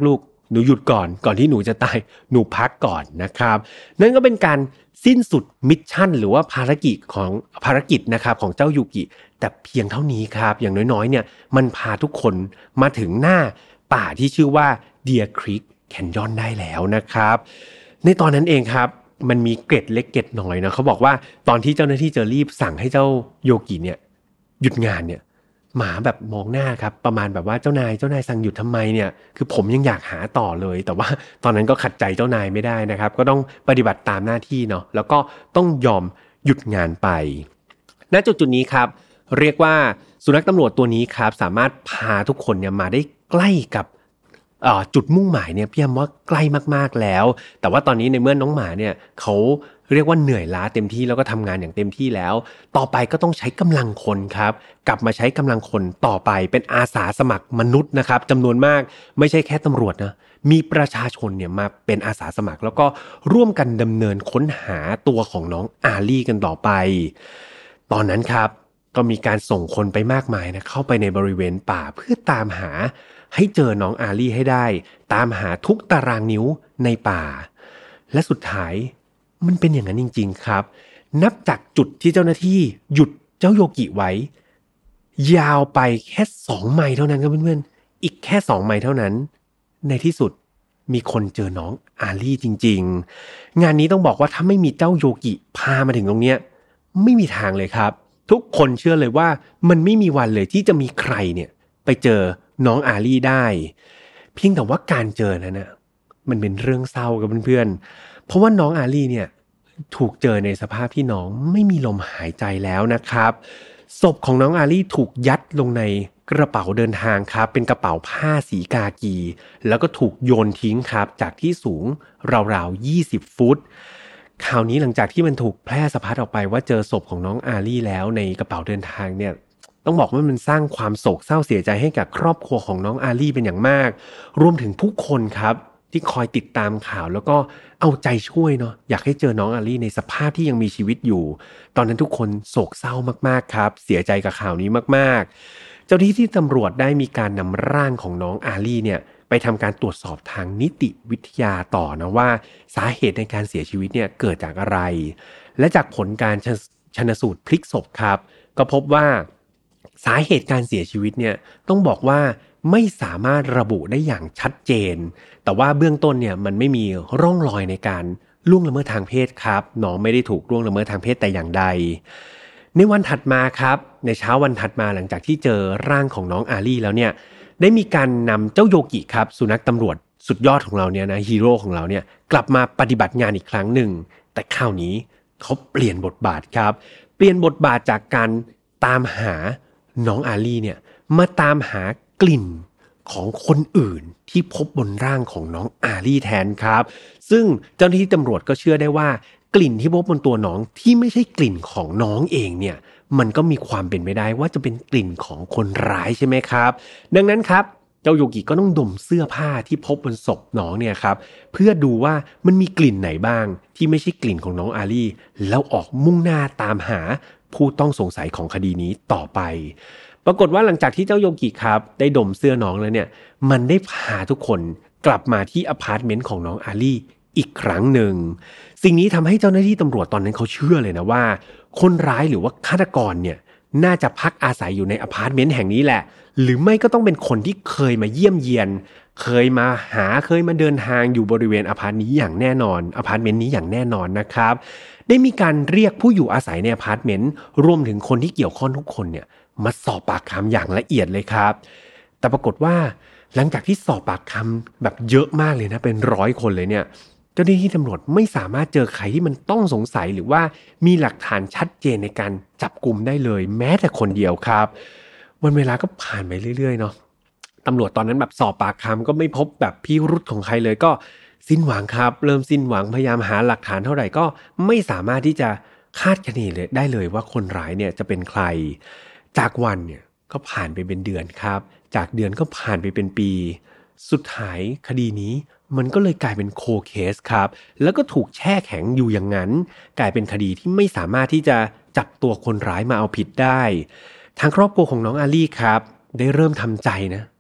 หนูหยุดก่อนก่อนที่หนูจะตายหนูพักก่อนนะครับนั่นก็เป็นการสิ้นสุดมิชชั่นหรือว่าภารกิจของภารกิจนะครับของเจ้ายูกิแต่เพียงเท่านี้ครับอย่างน้อยๆเนี่ยมันพาทุกคนมาถึงหน้าป่าที่ชื่อว่า Deer Creek Canyon ได้แล้วนะครับในตอนนั้นเองครับมันมีเกร็ดเล็กเกร็ดน้อยนะเขาบอกว่าตอนที่เจ้าหน้าที่จะรีบสั่งให้เจ้าโยกิเนี่ยหยุดงานเนี่ยหมาแบบมองหน้าครับประมาณแบบว่าเจ้านายเจ้านายสั่งหยุดทำไมเนี่ยคือผมยังอยากหาต่อเลยแต่ว่าตอนนั้นก็ขัดใจเจ้านายไม่ได้นะครับก็ต้องปฏิบัติตามหน้าที่เนาะแล้วก็ต้องยอมหยุดงานไปณจุดจุดนี้ครับเรียกว่าสุนัขตำรวจตัวนี้ครับสามารถพาทุกคนเนี่ยมาได้ใกล้กับจุดมุ่งหมายเนี่ยพี่แอมว่าใกล้มากๆแล้วแต่ว่าตอนนี้ในเมื่อน้องหมาเนี่ยเขาเรียกว่าเหนื่อยล้าเต็มที่แล้วก็ทำงานอย่างเต็มที่แล้วต่อไปก็ต้องใช้กำลังคนครับกลับมาใช้กำลังคนต่อไปเป็นอาสาสมัครมนุษย์นะครับจำนวนมากไม่ใช่แค่ตำรวจนะมีประชาชนเนี่ยมาเป็นอาสาสมัครแล้วก็ร่วมกันดำเนินค้นหาตัวของน้องอาลี่กันต่อไปตอนนั้นครับก็มีการส่งคนไปมากมายนะเข้าไปในบริเวณป่าเพื่อตามหาให้เจอน้องอาลี่ให้ได้ตามหาทุกตารางนิ้วในป่าและสุดท้ายมันเป็นอย่างนั้นจริงๆครับนับจากจุดที่เจ้าหน้าที่หยุดเจ้าโยกิไว้ยาวไปแค่สองไมล์เท่านั้นครับเพื่อนๆอีกแค่สองไมล์เท่านั้นในที่สุดมีคนเจอน้องอาลี่จริงๆงานนี้ต้องบอกว่าถ้าไม่มีเจ้าโยกิพามาถึงตรงเนี้ยไม่มีทางเลยครับทุกคนเชื่อเลยว่ามันไม่มีวันเลยที่จะมีใครเนี่ยไปเจอน้องอาลี่ได้เพียงแต่ว่าการเจอนั้นนะมันเป็นเรื่องเศร้ากับเพื่อนๆเพราะว่าน้องอาลี่เนี่ยถูกเจอในสภาพที่น้องไม่มีลมหายใจแล้วนะครับศพของน้องอาลี่ถูกยัดลงในกระเป๋าเดินทางครับเป็นกระเป๋าผ้าสีกากีแล้วก็ถูกโยนทิ้งครับจากที่สูงราวๆยี่สิบฟุตข่าวนี้หลังจากที่มันถูกแพร่สะพัดออกไปว่าเจอศพของน้องอาลี่แล้วในกระเป๋าเดินทางเนี่ยต้องบอกว่ามันสร้างความโศกเศร้าเสียใจให้กับครอบครัวของน้องอาลี่เป็นอย่างมากรวมถึงผู้คนครับที่คอยติดตามข่าวแล้วก็เอาใจช่วยเนาะอยากให้เจอน้องอาลี่ในสภาพที่ยังมีชีวิตอยู่ตอนนั้นทุกคนโศกเศร้ามากๆครับเสียใจกับข่าวนี้มากๆเจ้าหน้าที่ตำรวจได้มีการนำร่างของน้องอาลี่เนี่ยไปทำการตรวจสอบทางนิติวิทยาต่อนะว่าสาเหตุในการเสียชีวิตเนี่ยเกิดจากอะไรและจากผลการชันสูตรพลิกศพครับก็พบว่าสาเหตุการเสียชีวิตเนี่ยต้องบอกว่าไม่สามารถระบุได้อย่างชัดเจนแต่ว่าเบื้องต้นเนี่ยมันไม่มีร่องรอยในการล่วงละเมิดทางเพศครับน้องไม่ได้ถูกล่วงละเมิดทางเพศแต่อย่างใดในวันถัดมาครับในเช้าวันถัดมาหลังจากที่เจอร่างของน้องอาลี่แล้วเนี่ยได้มีการนำเจ้าโยกิครับสุนัขตำรวจสุดยอดของเราเนี่ยนะฮีโร่ของเราเนี่ยกลับมาปฏิบัติงานอีกครั้งหนึ่งแต่คราวนี้เขาเปลี่ยนบทบาทครับเปลี่ยนบทบาทจากการตามหาน้องอาลี่เนี่ยมาตามหากลิ่นของคนอื่นที่พบบนร่างของน้องอาลี่แทนครับซึ่งเจ้าหน้าที่ตำรวจก็เชื่อได้ว่ากลิ่นที่พบบนตัวน้องที่ไม่ใช่กลิ่นของน้องเองเนี่ยมันก็มีความเป็นไปได้ว่าจะเป็นกลิ่นของคนร้ายใช่ไหมครับดังนั้นครับเจ้าโยกิก็ต้องดมเสื้อผ้าที่พบบนศพน้องเนี่ยครับเพื่อดูว่ามันมีกลิ่นไหนบ้างที่ไม่ใช่กลิ่นของน้องอาลี่แล้วออกมุ่งหน้าตามหาผู้ต้องสงสัยของคดีนี้ต่อไปปรากฏว่าหลังจากที่เจ้าโยกิครับได้ดมเสื้อน้องแล้วเนี่ยมันได้พาทุกคนกลับมาที่อพาร์ตเมนต์ของน้องอาลี่อีกครั้งหนึ่งสิ่งนี้ทำให้เจ้าหน้าที่ตำรวจตอนนั้นเขาเชื่อเลยนะว่าคนร้ายหรือว่าฆาตกรเนี่ยน่าจะพักอาศัยอยู่ในอพาร์ตเมนต์แห่งนี้แหละหรือไม่ก็ต้องเป็นคนที่เคยมาเยี่ยมเยียนเคยมาหาเคยมาเดินทางอยู่บริเวณอพาร์ตนี้อย่างแน่นอนอพาร์ตเมนต์นี้อย่างแน่นอนนะครับได้มีการเรียกผู้อยู่อาศัยในอพาร์ตเมนต์รวมถึงคนที่เกี่ยวข้องทุกคนเนี่ยมาสอบปากคำอย่างละเอียดเลยครับแต่ปรากฏว่าหลังจากที่สอบปากคำแบบเยอะมากเลยนะเป็นร้อยคนเลยเนี่ยเจ้าหน้าที่ตำรวจไม่สามารถเจอใครที่มันต้องสงสัยหรือว่ามีหลักฐานชัดเจนในการจับกุมได้เลยแม้แต่คนเดียวครับวันเวลาก็ผ่านไปเรื่อยๆเนาะตำรวจตอนนั้นแบบสอบปากคำก็ไม่พบแบบพิรุธของใครเลยก็สิ้นหวังครับเริ่มสิ้นหวังพยายามหาหลักฐานเท่าไหร่ก็ไม่สามารถที่จะคาดคะเนเลยได้เลยว่าคนร้ายเนี่ยจะเป็นใครจากวันเนี่ยก็ผ่านไปเป็นเดือนครับจากเดือนก็ผ่านไปเป็นปีสุดท้ายคดีนี้มันก็เลยกลายเป็นโคเคสครับแล้วก็ถูกแช่แข็งอยู่อย่างนั้นกลายเป็นคดีที่ไม่สามารถที่จะจับตัวคนร้ายมาเอาผิดได้ทางครอบครัวของน้องอาลี่ครับได้เริ่มทำใจนะ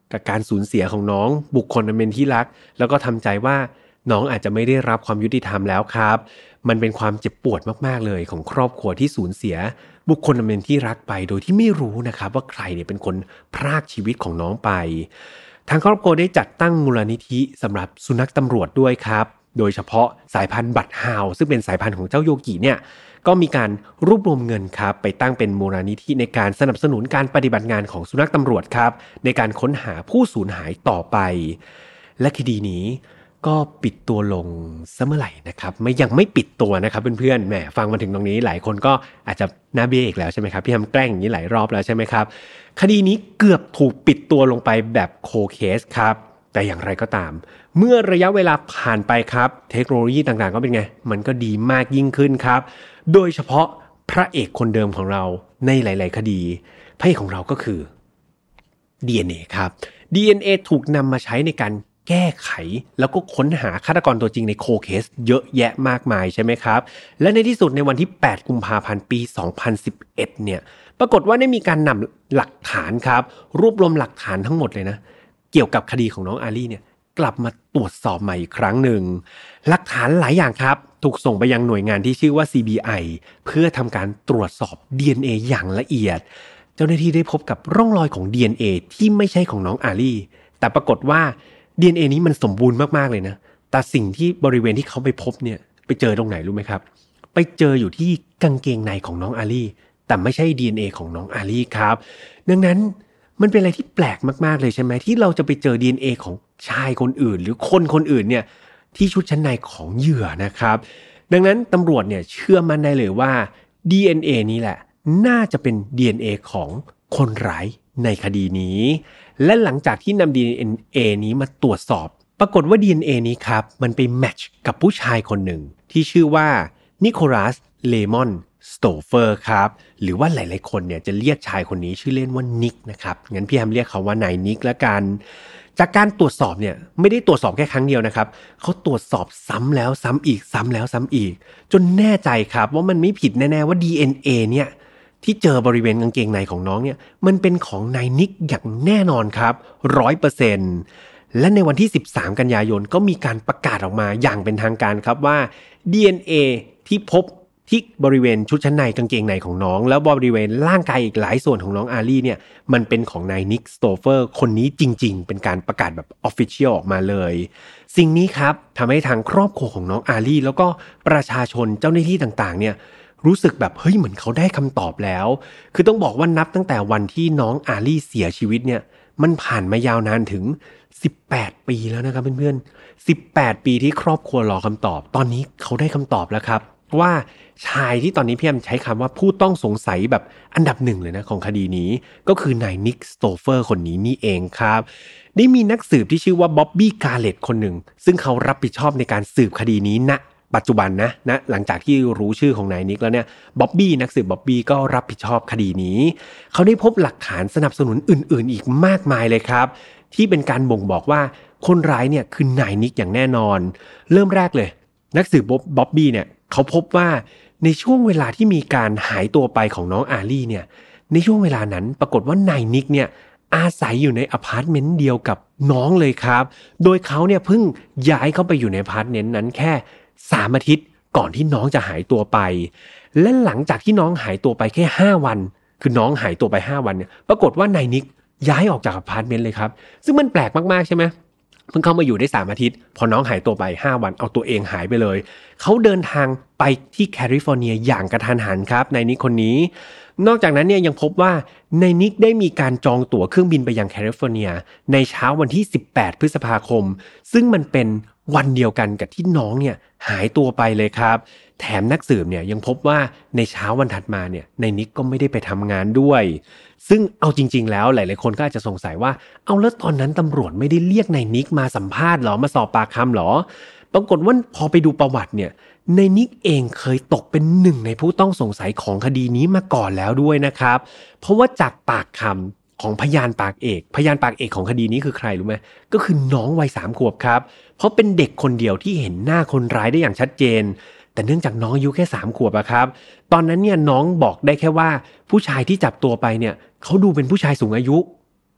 กับการสูญเสียของน้องบุคคลอันเป็นที่รักแล้วก็ทำใจว่าน้องอาจจะไม่ได้รับความยุติธรรมแล้วครับมันเป็นความเจ็บปวดมากๆเลยของครอบครัวที่สูญเสียบุคคลอันเป็นที่รักไปโดยที่ไม่รู้นะครับว่าใครเนี่ยเป็นคนพรากชีวิตของน้องไปทางครอบครัวได้จัดตั้งมูลนิธิสำหรับสุนัขตำรวจด้วยครับโดยเฉพาะสายพันธุ์บัตฮาวซึ่งเป็นสายพันธุ์ของเจ้าโยกิเนี่ยก็มีการรวบรวมเงินครับไปตั้งเป็นมูลนิธิในการสนับสนุนการปฏิบัติงานของสุนัขตำรวจครับในการค้นหาผู้สูญหายต่อไปและคดีนี้ก็ปิดตัวลงซะเมื่อไหร่นะครับไม่ยังไม่ปิดตัวนะครับเพื่อนๆแหมฟังมาถึงตรงนี้หลายคนก็อาจจะน่าเบี้ยอีกแล้วใช่ไหมครับพี่ทำแกล้งอย่างนี้หลายรอบแล้วใช่ไหมครับคดีนี้เกือบถูกปิดตัวลงไปแบบโคเคสครับแต่อย่างไรก็ตามเมื่อระยะเวลาผ่านไปครับเทคโนโลยีต่างๆก็เป็นไงมันก็ดีมากยิ่งขึ้นครับโดยเฉพาะพระเอกคนเดิมของเราในหลายๆคดีพระเอกของเราก็คือ ดี เอ็น เอ ครับ ดี เอ็น เอ ถูกนำมาใช้ในการแก้ไขแล้วก็ค้นหาฆาตกรตัวจริงในโคเคสเยอะแยะมากมายใช่ไหมครับและในที่สุดในวันที่แปดกุมภาพันธ์ปีสองพันสิบเอ็ดเนี่ยปรากฏว่าได้มีการนำหลักฐานครับรวบรวมหลักฐานทั้งหมดเลยนะเกี่ยวกับคดีของน้องอาลี่เนี่ยกลับมาตรวจสอบใหม่อีกครั้งหนึ่งหลักฐานหลายอย่างครับถูกส่งไปยังหน่วยงานที่ชื่อว่า ซี บี ไอ เพื่อทำการตรวจสอบ ดี เอ็น เอ อย่างละเอียดเจ้าหน้าที่ได้พบกับร่องรอยของ ดี เอ็น เอ ที่ไม่ใช่ของน้องอาลี่แต่ปรากฏว่า ดี เอ็น เอ นี้มันสมบูรณ์มากๆเลยนะแต่สิ่งที่บริเวณที่เขาไปพบเนี่ยไปเจอตรงไหนรู้ไหมครับไปเจออยู่ที่กางเกงในของน้องอาลี่แต่ไม่ใช่ ดี เอ็น เอ ของน้องอาลี่ครับดังนั้นมันเป็นอะไรที่แปลกมากๆเลยใช่ไหมที่เราจะไปเจอ ดี เอ็น เอ ของชายคนอื่นหรือคนคนอื่นเนี่ยที่ชุดชั้นในของเหยื่อนะครับดังนั้นตำรวจเนี่ยเชื่อมั่นได้เลยว่า ดี เอ็น เอ นี้แหละน่าจะเป็น ดี เอ็น เอ ของคนร้ายในคดีนี้และหลังจากที่นำ ดี เอ็น เอ นี้มาตรวจสอบปรากฏว่า ดี เอ็น เอ นี้ครับมันไปแมทช์กับผู้ชายคนหนึ่งที่ชื่อว่านิโคลัสเลมอนสโตเฟอร์ครับหรือว่าหลายๆคนเนี่ยจะเรียกชายคนนี้ชื่อเล่นว่านิกนะครับงั้นพี่แฮมเรียกเขาว่านายนิกละกันจากการตรวจสอบเนี่ยไม่ได้ตรวจสอบแค่ครั้งเดียวนะครับเขาตรวจสอบซ้ำแล้วซ้ำอีกซ้ำแล้วซ้ำอีกจนแน่ใจครับว่ามันไม่ผิดแน่ๆว่า ดี เอ็น เอ เนี่ยที่เจอบริเวณกางเกงในของน้องเนี่ยมันเป็นของนายนิกอย่างแน่นอนครับ ร้อยเปอร์เซ็นต์ และในวันที่สิบสามกันยายนก็มีการประกาศออกมาอย่างเป็นทางการครับว่า ดี เอ็น เอ ที่พบที่บริเวณชุดชั้นในกางเกงในของน้องแล้วบริเวณร่างกายอีกหลายส่วนของน้องอาลี่เนี่ยมันเป็นของนายนิกสโตเฟอร์คนนี้จริงๆเป็นการประกาศแบบ official ออกมาเลยสิ่งนี้ครับทำให้ทางครอบครัวของน้องอาลี่แล้วก็ประชาชนเจ้าหน้าที่ต่างๆเนี่ยรู้สึกแบบเฮ้ยเหมือนเขาได้คำตอบแล้วคือต้องบอกว่านับตั้งแต่วันที่น้องอาลี่เสียชีวิตเนี่ยมันผ่านมายาวนานถึงสิบแปดปีแล้วนะครับเพื่อนๆสิบแปดปีที่ครอบครัวรอคำตอบตอนนี้เขาได้คำตอบแล้วครับว่าชายที่ตอนนี้พี่แอมใช้คำว่าผู้ต้องสงสัยแบบอันดับหนึ่งเลยนะของคดีนี้ก็คือนายนิกสโตเฟอร์คนนี้นี่เองครับได้มีนักสืบที่ชื่อว่าบ๊อบบี้กาเลตคนหนึ่งซึ่งเขารับผิดชอบในการสืบคดีนี้ณปัจจุบันนะนะหลังจากที่รู้ชื่อของนายนิกแล้วเนี่ยบ๊อบบี้นักสืบบ๊อบบี้ก็รับผิดชอบคดีนี้เขาได้พบหลักฐานสนับสนุนอื่นๆอีกมากมายเลยครับที่เป็นการบ่งบอกว่าคนร้ายเนี่ยคือนายนิกอย่างแน่นอนเริ่มแรกเลยนักสืบบ๊อบบี้เนี่ยเขาพบว่าในช่วงเวลาที่มีการหายตัวไปของน้องอาลี่เนี่ยในช่วงเวลานั้นปรากฏว่านายนิกเนี่ยอาศัยอยู่ในอพาร์ตเมนต์เดียวกับน้องเลยครับโดยเขาเนี่ยเพิ่งย้ายเข้าไปอยู่ในอพาร์ตเมนต์นั้นแค่สามอาทิตย์ก่อนที่น้องจะหายตัวไปและหลังจากที่น้องหายตัวไปแค่ห้าวันคือน้องหายตัวไปห้าวันเนี่ยปรากฏว่านายนิกย้ายออกจากอพาร์ตเมนต์เลยครับซึ่งมันแปลกมากๆใช่ไหมเพิ่งเข้ามาอยู่ได้สามอาทิตย์พอน้องหายตัวไปห้าวันเอาตัวเองหายไปเลยเขาเดินทางไปที่แคลิฟอร์เนียอย่างกระทันหันครับนายนิกคนนี้นอกจากนั้นเนี่ยยังพบว่านายนิกได้มีการจองตั๋วเครื่องบินไปยังแคลิฟอร์เนียในเช้าวันที่สิบแปดพฤษภาคมซึ่งมันเป็นวันเดียวกันกับที่น้องเนี่ยหายตัวไปเลยครับแถมนักสืบเนี่ยยังพบว่าในเช้าวันถัดมาเนี่ยนายนิกก็ไม่ได้ไปทำงานด้วยซึ่งเอาจริงๆแล้วหลายๆคนก็อาจจะสงสัยว่าเอาแล้วตอนนั้นตำรวจไม่ได้เรียกนายนิกมาสัมภาษณ์หรอมาสอบปากคำหรอปรากฏว่าพอไปดูประวัติเนี่ยนายนิกเองเคยตกเป็นหนึ่งในผู้ต้องสงสัยของคดีนี้มาก่อนแล้วด้วยนะครับเพราะว่าจากปากคำของพยานปากเอกพยานปากเอกของคดีนี้คือใครรู้ไหมก็คือน้องวัยสามขวบครับเพราะเป็นเด็กคนเดียวที่เห็นหน้าคนร้ายได้อย่างชัดเจนแต่เนื่องจากน้องอายุแค่สามขวบอะครับตอนนั้นเนี่ยน้องบอกได้แค่ว่าผู้ชายที่จับตัวไปเนี่ยเขาดูเป็นผู้ชายสูงอายุ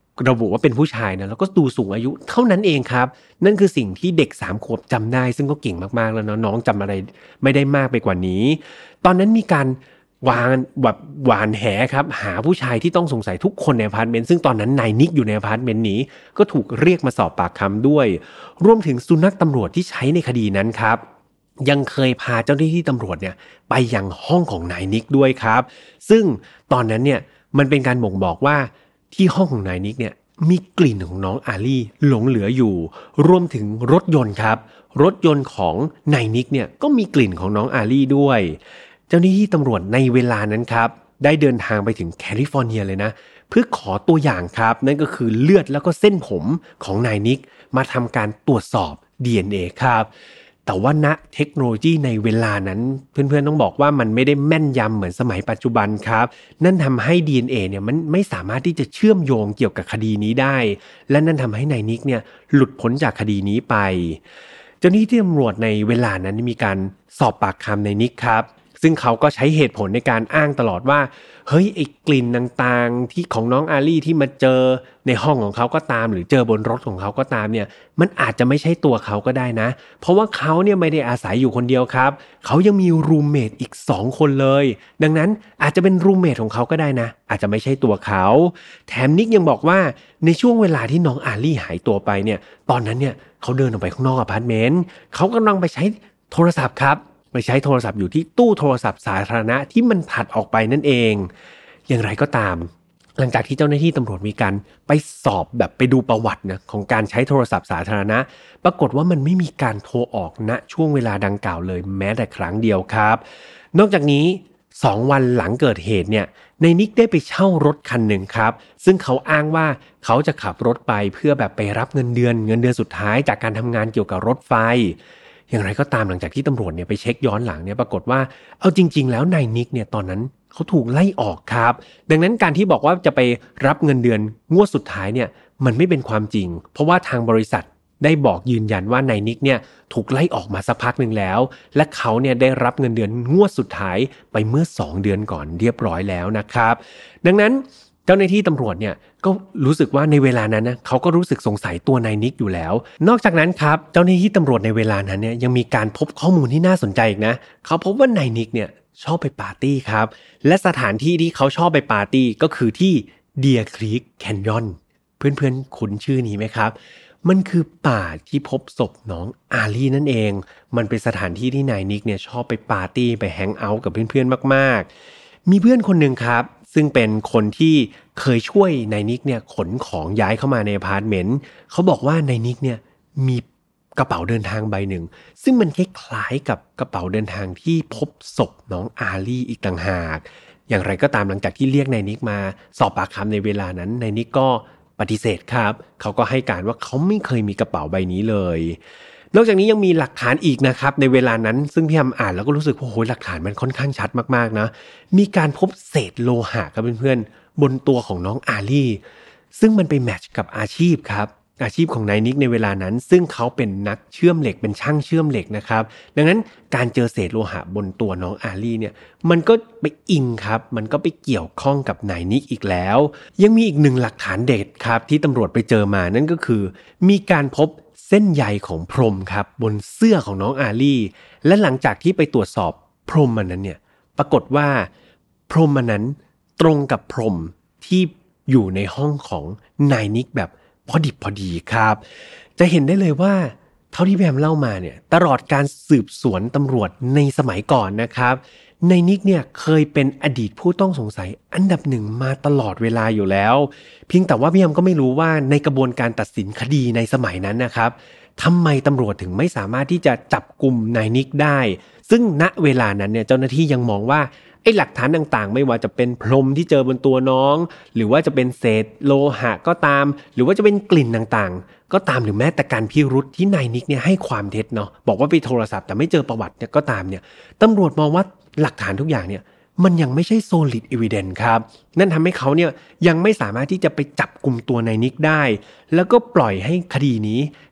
ระบุว่าเป็นผู้ชายนะแล้วก็ดูสูงอายุเท่านั้นเองครับนั่นคือสิ่งที่เด็กสามขวบจำได้ซึ่งก็เก่งมากๆแล้วเนาะน้องจำอะไรไม่ได้มากไปกว่านี้ตอนนั้นมีการวางแบบหวานแหครับหาผู้ชายที่ต้องสงสัยทุกคนในอพาร์ตเมนต์ซึ่งตอนนั้นนายนิกอยู่ในอพาร์ตเมนต์นี้ก็ถูกเรียกมาสอบปากคำด้วยรวมถึงสุนัขตำรวจที่ใช้ในคดีนั้นครับยังเคยพาเจ้าหน้าที่ตำรวจเนี่ยไปยังห้องของนายนิกด้วยครับซึ่งตอนนั้นเนี่ยมันเป็นการบ่งบอกว่าที่ห้องของนายนิกเนี่ยมีกลิ่นของน้องอาลี่หลงเหลืออยู่รวมถึงรถยนต์ครับรถยนต์ของนายนิกเนี่ยก็มีกลิ่นของน้องอาลี่ด้วยเจ้าหน้าที่ตำรวจในเวลานั้นครับได้เดินทางไปถึงแคลิฟอร์เนียเลยนะเพื่อขอตัวอย่างครับนั่นก็คือเลือดแล้วก็เส้นผมของนายนิกมาทำการตรวจสอบ ดี เอ็น เอ ครับแต่ว่าณเทคโนโลยีในเวลานั้นเพื่อนๆต้องบอกว่ามันไม่ได้แม่นยำเหมือนสมัยปัจจุบันครับนั่นทำให้ ดี เอ็น เอ เนี่ยมันไม่สามารถที่จะเชื่อมโยงเกี่ยวกับคดีนี้ได้และนั่นทำให้นายนิกเนี่ยหลุดพ้นจากคดีนี้ไปเจ้าหน้าที่ตำรวจในเวลานั้นมีการสอบปากคำนายนิกครับซึ่งเขาก็ใช้เหตุผลในการอ้างตลอดว่าเฮ้ยไอ้กลิ่นต่างๆที่ของน้องอาลี่ที่มาเจอในห้องของเขาก็ตามหรือเจอบนรถของเขาก็ตามเนี่ยมันอาจจะไม่ใช่ตัวเขาก็ได้นะเพราะว่าเขาเนี่ยไม่ได้อาศัยอยู่คนเดียวครับเขายังมีรูมเมทอีกสองคนเลยดังนั้นอาจจะเป็นรูมเมทของเขาก็ได้นะอาจจะไม่ใช่ตัวเขาแถมนิกยังบอกว่าในช่วงเวลาที่น้องอาลี่หายตัวไปเนี่ยตอนนั้นเนี่ยเขาเดินออกไปข้างนอกอพาร์ตเมนต์เขากำลังไปใช้โทรศัพท์ครับไปใช้โทรศัพท์อยู่ที่ตู้โทรศัพท์สาธารณะที่มันถัดออกไปนั่นเองอย่างไรก็ตามหลังจากที่เจ้าหน้าที่ตำรวจมีการไปสอบแบบไปดูประวัตินะของการใช้โทรศัพท์สาธารณะปรากฏว่ามันไม่มีการโทรออกณช่วงเวลาดังกล่าวเลยแม้แต่ครั้งเดียวครับนอกจากนี้สองวันหลังเกิดเหตุเนี่ยในนิกได้ไปเช่ารถคันหนึ่งครับซึ่งเขาอ้างว่าเขาจะขับรถไปเพื่อแบบไปรับเงินเดือนเงินเดือนสุดท้ายจากการทำงานเกี่ยวกับรถไฟอย่างไรก็ตามหลังจากที่ตำรวจเนี่ยไปเช็คย้อนหลังเนี่ยปรากฏว่าเอาจริงๆแล้วนายนิกเนี่ยตอนนั้นเขาถูกไล่ออกครับดังนั้นการที่บอกว่าจะไปรับเงินเดือนงวดสุดท้ายเนี่ยมันไม่เป็นความจริงเพราะว่าทางบริษัทได้บอกยืนยันว่านายนิกเนี่ยถูกไล่ออกมาสักพักนึงแล้วและเขาเนี่ยได้รับเงินเดือนงวดสุดท้ายไปเมื่อสองเดือนก่อนเรียบร้อยแล้วนะครับดังนั้นเจ้าหน้าที่ตำรวจเนี่ยก็รู้สึกว่าในเวลานั้นนะเขาก็รู้สึกสงสัยตัวนายนิกอยู่แล้วนอกจากนั้นครับเจ้าหน้าที่ตำรวจในเวลานั้นเนี่ยยังมีการพบข้อมูลที่น่าสนใจอีกนะเขาพบว่านายนิกเนี่ยชอบไปปาร์ตี้ครับและสถานที่ที่เขาชอบไปปาร์ตี้ก็คือที่เดียร์ครีกแคนยอนเพื่อนๆคุ้นชื่อนี้ไหมครับมันคือป่าที่พบศพน้องอาลี่นั่นเองมันเป็นสถานที่ที่นายนิกเนี่ยชอบไปปาร์ตี้ไปแฮงเอาท์กับเพื่อนๆมากๆมีเพื่อนคนหนึ่งครับซึ่งเป็นคนที่เคยช่วยนายนิกเนี่ยขนของย้ายเข้ามาในอพาร์ตเมนต์เขาบอกว่านายนิกเนี่ยมีกระเป๋าเดินทางใบหนึ่งซึ่งมันคล้ายๆกับกระเป๋าเดินทางที่พบศพน้องอาลี่อีกต่างหากอย่างไรก็ตามหลังจากที่เรียกนายนิกมาสอบปากคำในเวลานั้นนายนิกก็ปฏิเสธครับเขาก็ให้การว่าเขาไม่เคยมีกระเป๋าใบนี้เลยนอกจากนี้ยังมีหลักฐานอีกนะครับในเวลานั้นซึ่งพี่แอมอ่านแล้วก็รู้สึกว่าโอ้โหหลักฐานมันค่อนข้างชัดมากๆนะมีการพบเศษโลหะครับเพื่อนๆบนตัวของน้องอาลี่ซึ่งมันไปแมทช์กับอาชีพครับอาชีพของนายนิกในเวลานั้นซึ่งเขาเป็นนักเชื่อมเหล็กเป็นช่างเชื่อมเหล็กนะครับดังนั้นการเจอเศษโลหะบนตัวน้องอาลี่เนี่ยมันก็ไปอิงครับมันก็ไปเกี่ยวข้องกับนายนิกอีกแล้วยังมีอีกหนึ่งหลักฐานเด็ดครับที่ตำรวจไปเจอมานั่นก็คือมีการพบเส้นใยของพรมครับบนเสื้อของน้องอาลี่และหลังจากที่ไปตรวจสอบพรมมันนั้นเนี่ยปรากฏว่าพรมมันนั้นตรงกับพรมที่อยู่ในห้องของนายนิกแบบพอดิบพอดีครับจะเห็นได้เลยว่าเท่าที่แพมเล่ามาเนี่ยตลอดการสืบสวนตำรวจในสมัยก่อนนะครับนายนิกเนี่ยเคยเป็นอดีตผู้ต้องสงสัยอันดับหนึ่งมาตลอดเวลาอยู่แล้วเพียงแต่ว่าพี่แอมก็ไม่รู้ว่าในกระบวนการตัดสินคดีในสมัยนั้นนะครับทำไมตำรวจถึงไม่สามารถที่จะจับกุมนายนิกได้ซึ่งณเวลานั้นเนี่ยเจ้าหน้าที่ยังมองว่าไอ้หลักฐานต่างๆไม่ว่าจะเป็นพรมที่เจอบนตัวน้องหรือว่าจะเป็นเศษโลหะก็ตามหรือว่าจะเป็นกลิ่นต่างๆก็ตามหรือแม้แต่การพิรุธที่นายนิกเนี่ยให้ความเท็จเนาะบอกว่าไปโทรศัพท์แต่ไม่เจอประวัติเนี่ยก็ตามเนี่ยตำรวจมองว่าหลักฐานทุกอย่างเนี่ยมันยังไม่ใช่ solid evidence ครับนั่นทำให้เขาเนี่ยยังไม่สามารถที่จะไปจับกลุ่มตัวนายนิกได้แล้วก็ปล่อยให้คดีนี้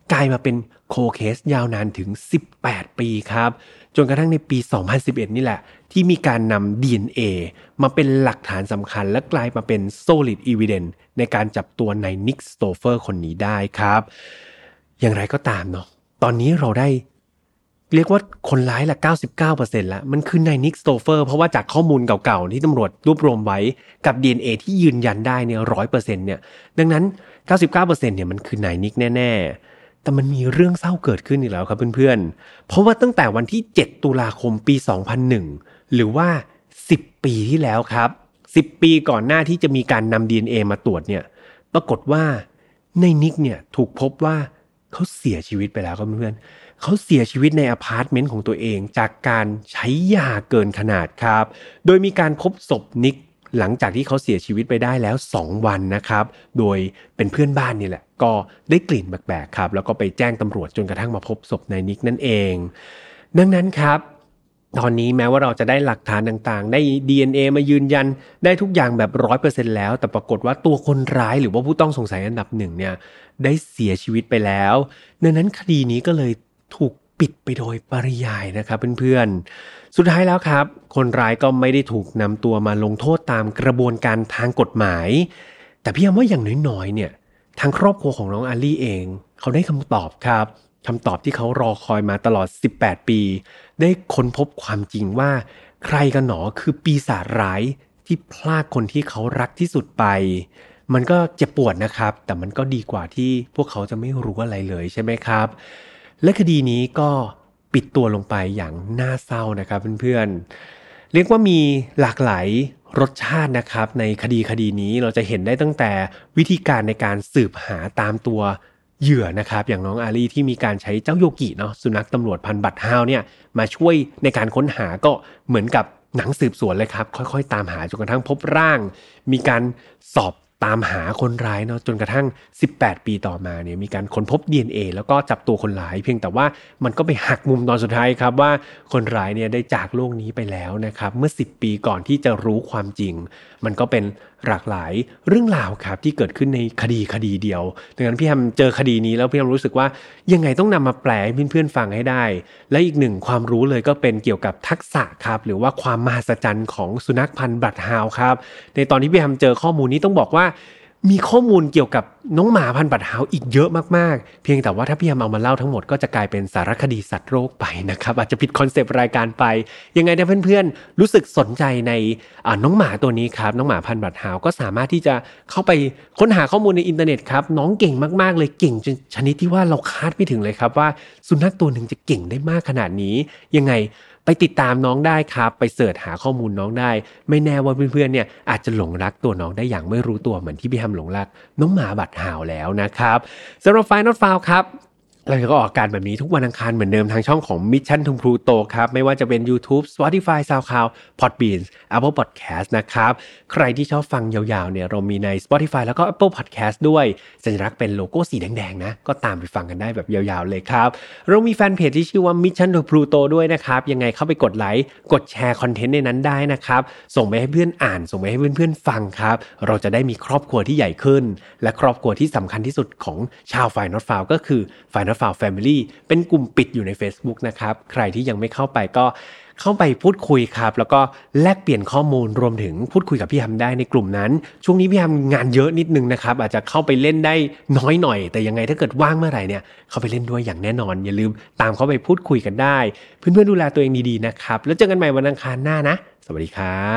กลายมาเป็นโคเคสยาวนานถึงสิบแปดปีครับจนกระทั่งในปีสองพันสิบเอ็ดนี่แหละที่มีการนำ ดี เอ็น เอ มาเป็นหลักฐานสำคัญและกลายมาเป็น solid evidence ในการจับตัวนายนิกสโตเฟอร์คนนี้ได้ครับอย่างไรก็ตามเนาะตอนนี้เราได้เรียกว่าคนร้ายละ เก้าสิบเก้าเปอร์เซ็นต์ แล้วมันคือนายนิกสโตเฟอร์เพราะว่าจากข้อมูลเก่าๆที่ตำรวจรวบรวมไว้กับ ดี เอ็น เอ ที่ยืนยันได้เนี่ย หนึ่งร้อยเปอร์เซ็นต์ เนี่ยดังนั้น เก้าสิบเก้าเปอร์เซ็นต์ เนี่ยมันคือนายนิกแน่ๆแต่มันมีเรื่องเศร้าเกิดขึ้นอีกแล้วครับเพื่อนๆเพราะว่าตั้งแต่วันที่เจ็ดตุลาคมปีสองพันหนึ่งหรือว่าสิบปีที่แล้วครับสิบปีก่อนหน้าที่จะมีการนำ ดี เอ็น เอ มาตรวจเนี่ยปรากฏว่านายนิกเนี่ยถูกพบว่าเขาเสียชีวิตไปแล้วครับเพื่อนๆเขาเสียชีวิตในอพาร์ตเมนต์ของตัวเองจากการใช้ยาเกินขนาดครับโดยมีการพบศพนิกหลังจากที่เขาเสียชีวิตไปได้แล้วสองวันนะครับโดยเป็นเพื่อนบ้านนี่แหละก็ได้กลิ่นแปลกๆครับแล้วก็ไปแจ้งตำรวจจนกระทั่งมาพบศพนายนิกนั่นเองดังนั้นครับตอนนี้แม้ว่าเราจะได้หลักฐานต่างๆได้ ดี เอ็น เอ มายืนยันได้ทุกอย่างแบบ ร้อยเปอร์เซ็นต์ แล้วแต่ปรากฏว่าตัวคนร้ายหรือว่าผู้ต้องสงสัยอันดับหนึ่งเนี่ยได้เสียชีวิตไปแล้วดังนั้นคดีนี้ก็เลยถูกปิดไปโดยปริยายนะครับเพื่อนๆสุดท้ายแล้วครับคนร้ายก็ไม่ได้ถูกนำตัวมาลงโทษตามกระบวนการทางกฎหมายแต่พี่ว่าอย่างน้อยๆเนี่ยทางครอบครัวของน้องอาลี่เองเขาได้คำตอบครับคำตอบที่เขารอคอยมาตลอดสิบแปดปีได้ค้นพบความจริงว่าใครกันหนอคือปีศาจร้ายที่พลากคนที่เขารักที่สุดไปมันก็เจ็บปวดนะครับแต่มันก็ดีกว่าที่พวกเขาจะไม่รู้อะไรเลยใช่ไหมครับและคดีนี้ก็ปิดตัวลงไปอย่างน่าเศร้านะครับเพื่อนๆเรียกว่ามีหลากหลายรสชาตินะครับในคดีคดีนี้เราจะเห็นได้ตั้งแต่วิธีการในการสืบหาตามตัวเหยื่อนะครับอย่างน้องอาลีที่มีการใช้เจ้าโยกิเนาะสุนัขตำรวจพันธุ์บัตฮาวเนี่ยมาช่วยในการค้นหาก็เหมือนกับหนังสืบสวนเลยครับค่อยๆตามหาจนกระทั่งพบร่างมีการสอบตามหาคนร้ายเนาะจนกระทั่งสิบแปดปีต่อมาเนี่ยมีการค้นพบ ดี เอ็น เอ แล้วก็จับตัวคนร้ายเพียงแต่ว่ามันก็ไปหักมุมตอนสุดท้ายครับว่าคนร้ายเนี่ยได้จากโลกนี้ไปแล้วนะครับเมื่อสิบปีก่อนที่จะรู้ความจริงมันก็เป็นหลากหลายเรื่องราวครับที่เกิดขึ้นในคดีคดีเดียวดังนั้นพี่แฮมเจอคดีนี้แล้วพี่แฮมรู้สึกว่ายังไงต้องนำมาแปลให้เพื่อนๆฟังให้ได้และอีกหนึ่งความรู้เลยก็เป็นเกี่ยวกับทักษะครับหรือว่าความมหัศจรรย์ของสุนัขพันธุ์บัตฮาวครับในตอนที่พี่แฮมเจอข้อมูลนี้ต้องบอกว่ามีข้อมูลเกี่ยวกับน้องหมาพันธุ์บัตฮาวอีกเยอะมากๆเพียงแต่ว่าถ้าพี่แฮมเอามาเล่าทั้งหมดก็จะกลายเป็นสารคดีสัตว์โลกไปนะครับอาจจะผิดคอนเซปต์รายการไปยังไงถ้าเพื่อนๆรู้สึกสนใจในน้องหมาตัวนี้ครับน้องหมาพันธุ์บัตฮาวก็สามารถที่จะเข้าไปค้นหาข้อมูลในอินเทอร์เน็ตครับน้องเก่งมากๆเลยเก่งจนชนิดที่ว่าเราคาดไม่ถึงเลยครับว่าสุนัขตัวหนึ่งจะเก่งได้มากขนาดนี้ยังไงไปติดตามน้องได้ครับไปเสิร์ชหาข้อมูลน้องได้ไม่แน่ว่าเพื่อนๆเนี่ยอาจจะหลงรักตัวน้องได้อย่างไม่รู้ตัวเหมือนที่พี่แฮมหลงรักน้องหมาบัตฮาวแล้วนะครับสำหรับ Final File ครับเราก็ออกอากาศแบบนี้ทุกวันอังคารเหมือนเดิมทางช่องของ Mission to Pluto ครับไม่ว่าจะเป็น YouTube Spotify SoundCloud Podbean Apple Podcast นะครับใครที่ชอบฟังยาวๆเนี่ยเรามีใน Spotify แล้วก็ Apple Podcast ด้วยสัญลักษณ์เป็นโลโก้สีแดงๆนะก็ตามไปฟังกันได้แบบยาวๆเลยครับเรามีแฟนเพจที่ชื่อว่า Mission to Pluto ด้วยนะครับยังไงเข้าไปกดไลค์กดแชร์คอนเทนต์ในนั้นได้นะครับส่งไปให้เพื่อนอ่านส่งไปให้เพื่อนๆฟังครับเราจะได้มีครอบครัวที่ใหญ่ขึ้นและครอบครัวที่สำคัญที่สุดของชาว Final File ก็คือ Final File Family เป็นกลุ่มปิดอยู่ใน Facebook นะครับใครที่ยังไม่เข้าไปก็เข้าไปพูดคุยครับแล้วก็แลกเปลี่ยนข้อมูลรวมถึงพูดคุยกับพี่แฮมได้ในกลุ่มนั้นช่วงนี้พี่แฮมงานเยอะนิดนึงนะครับอาจจะเข้าไปเล่นได้น้อยหน่อยแต่ยังไงถ้าเกิดว่างเมื่อไหร่เนี่ยเข้าไปเล่นด้วยอย่างแน่นอนอย่าลืมตามเข้าไปพูดคุยกันได้เพื่อนๆดูแลตัวเองดีๆนะครับแล้วเจอกันใหม่วันอังคารหน้านะสวัสดีครับ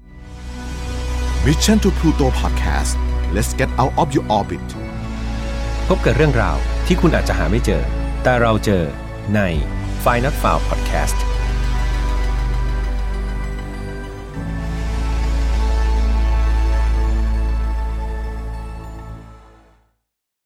Mission to Pluto Podcast Let's get out of your orbit พบกับเรื่องราวที่คุณอาจจะหาไม่เจอแต่เราเจอใน Final File Podcast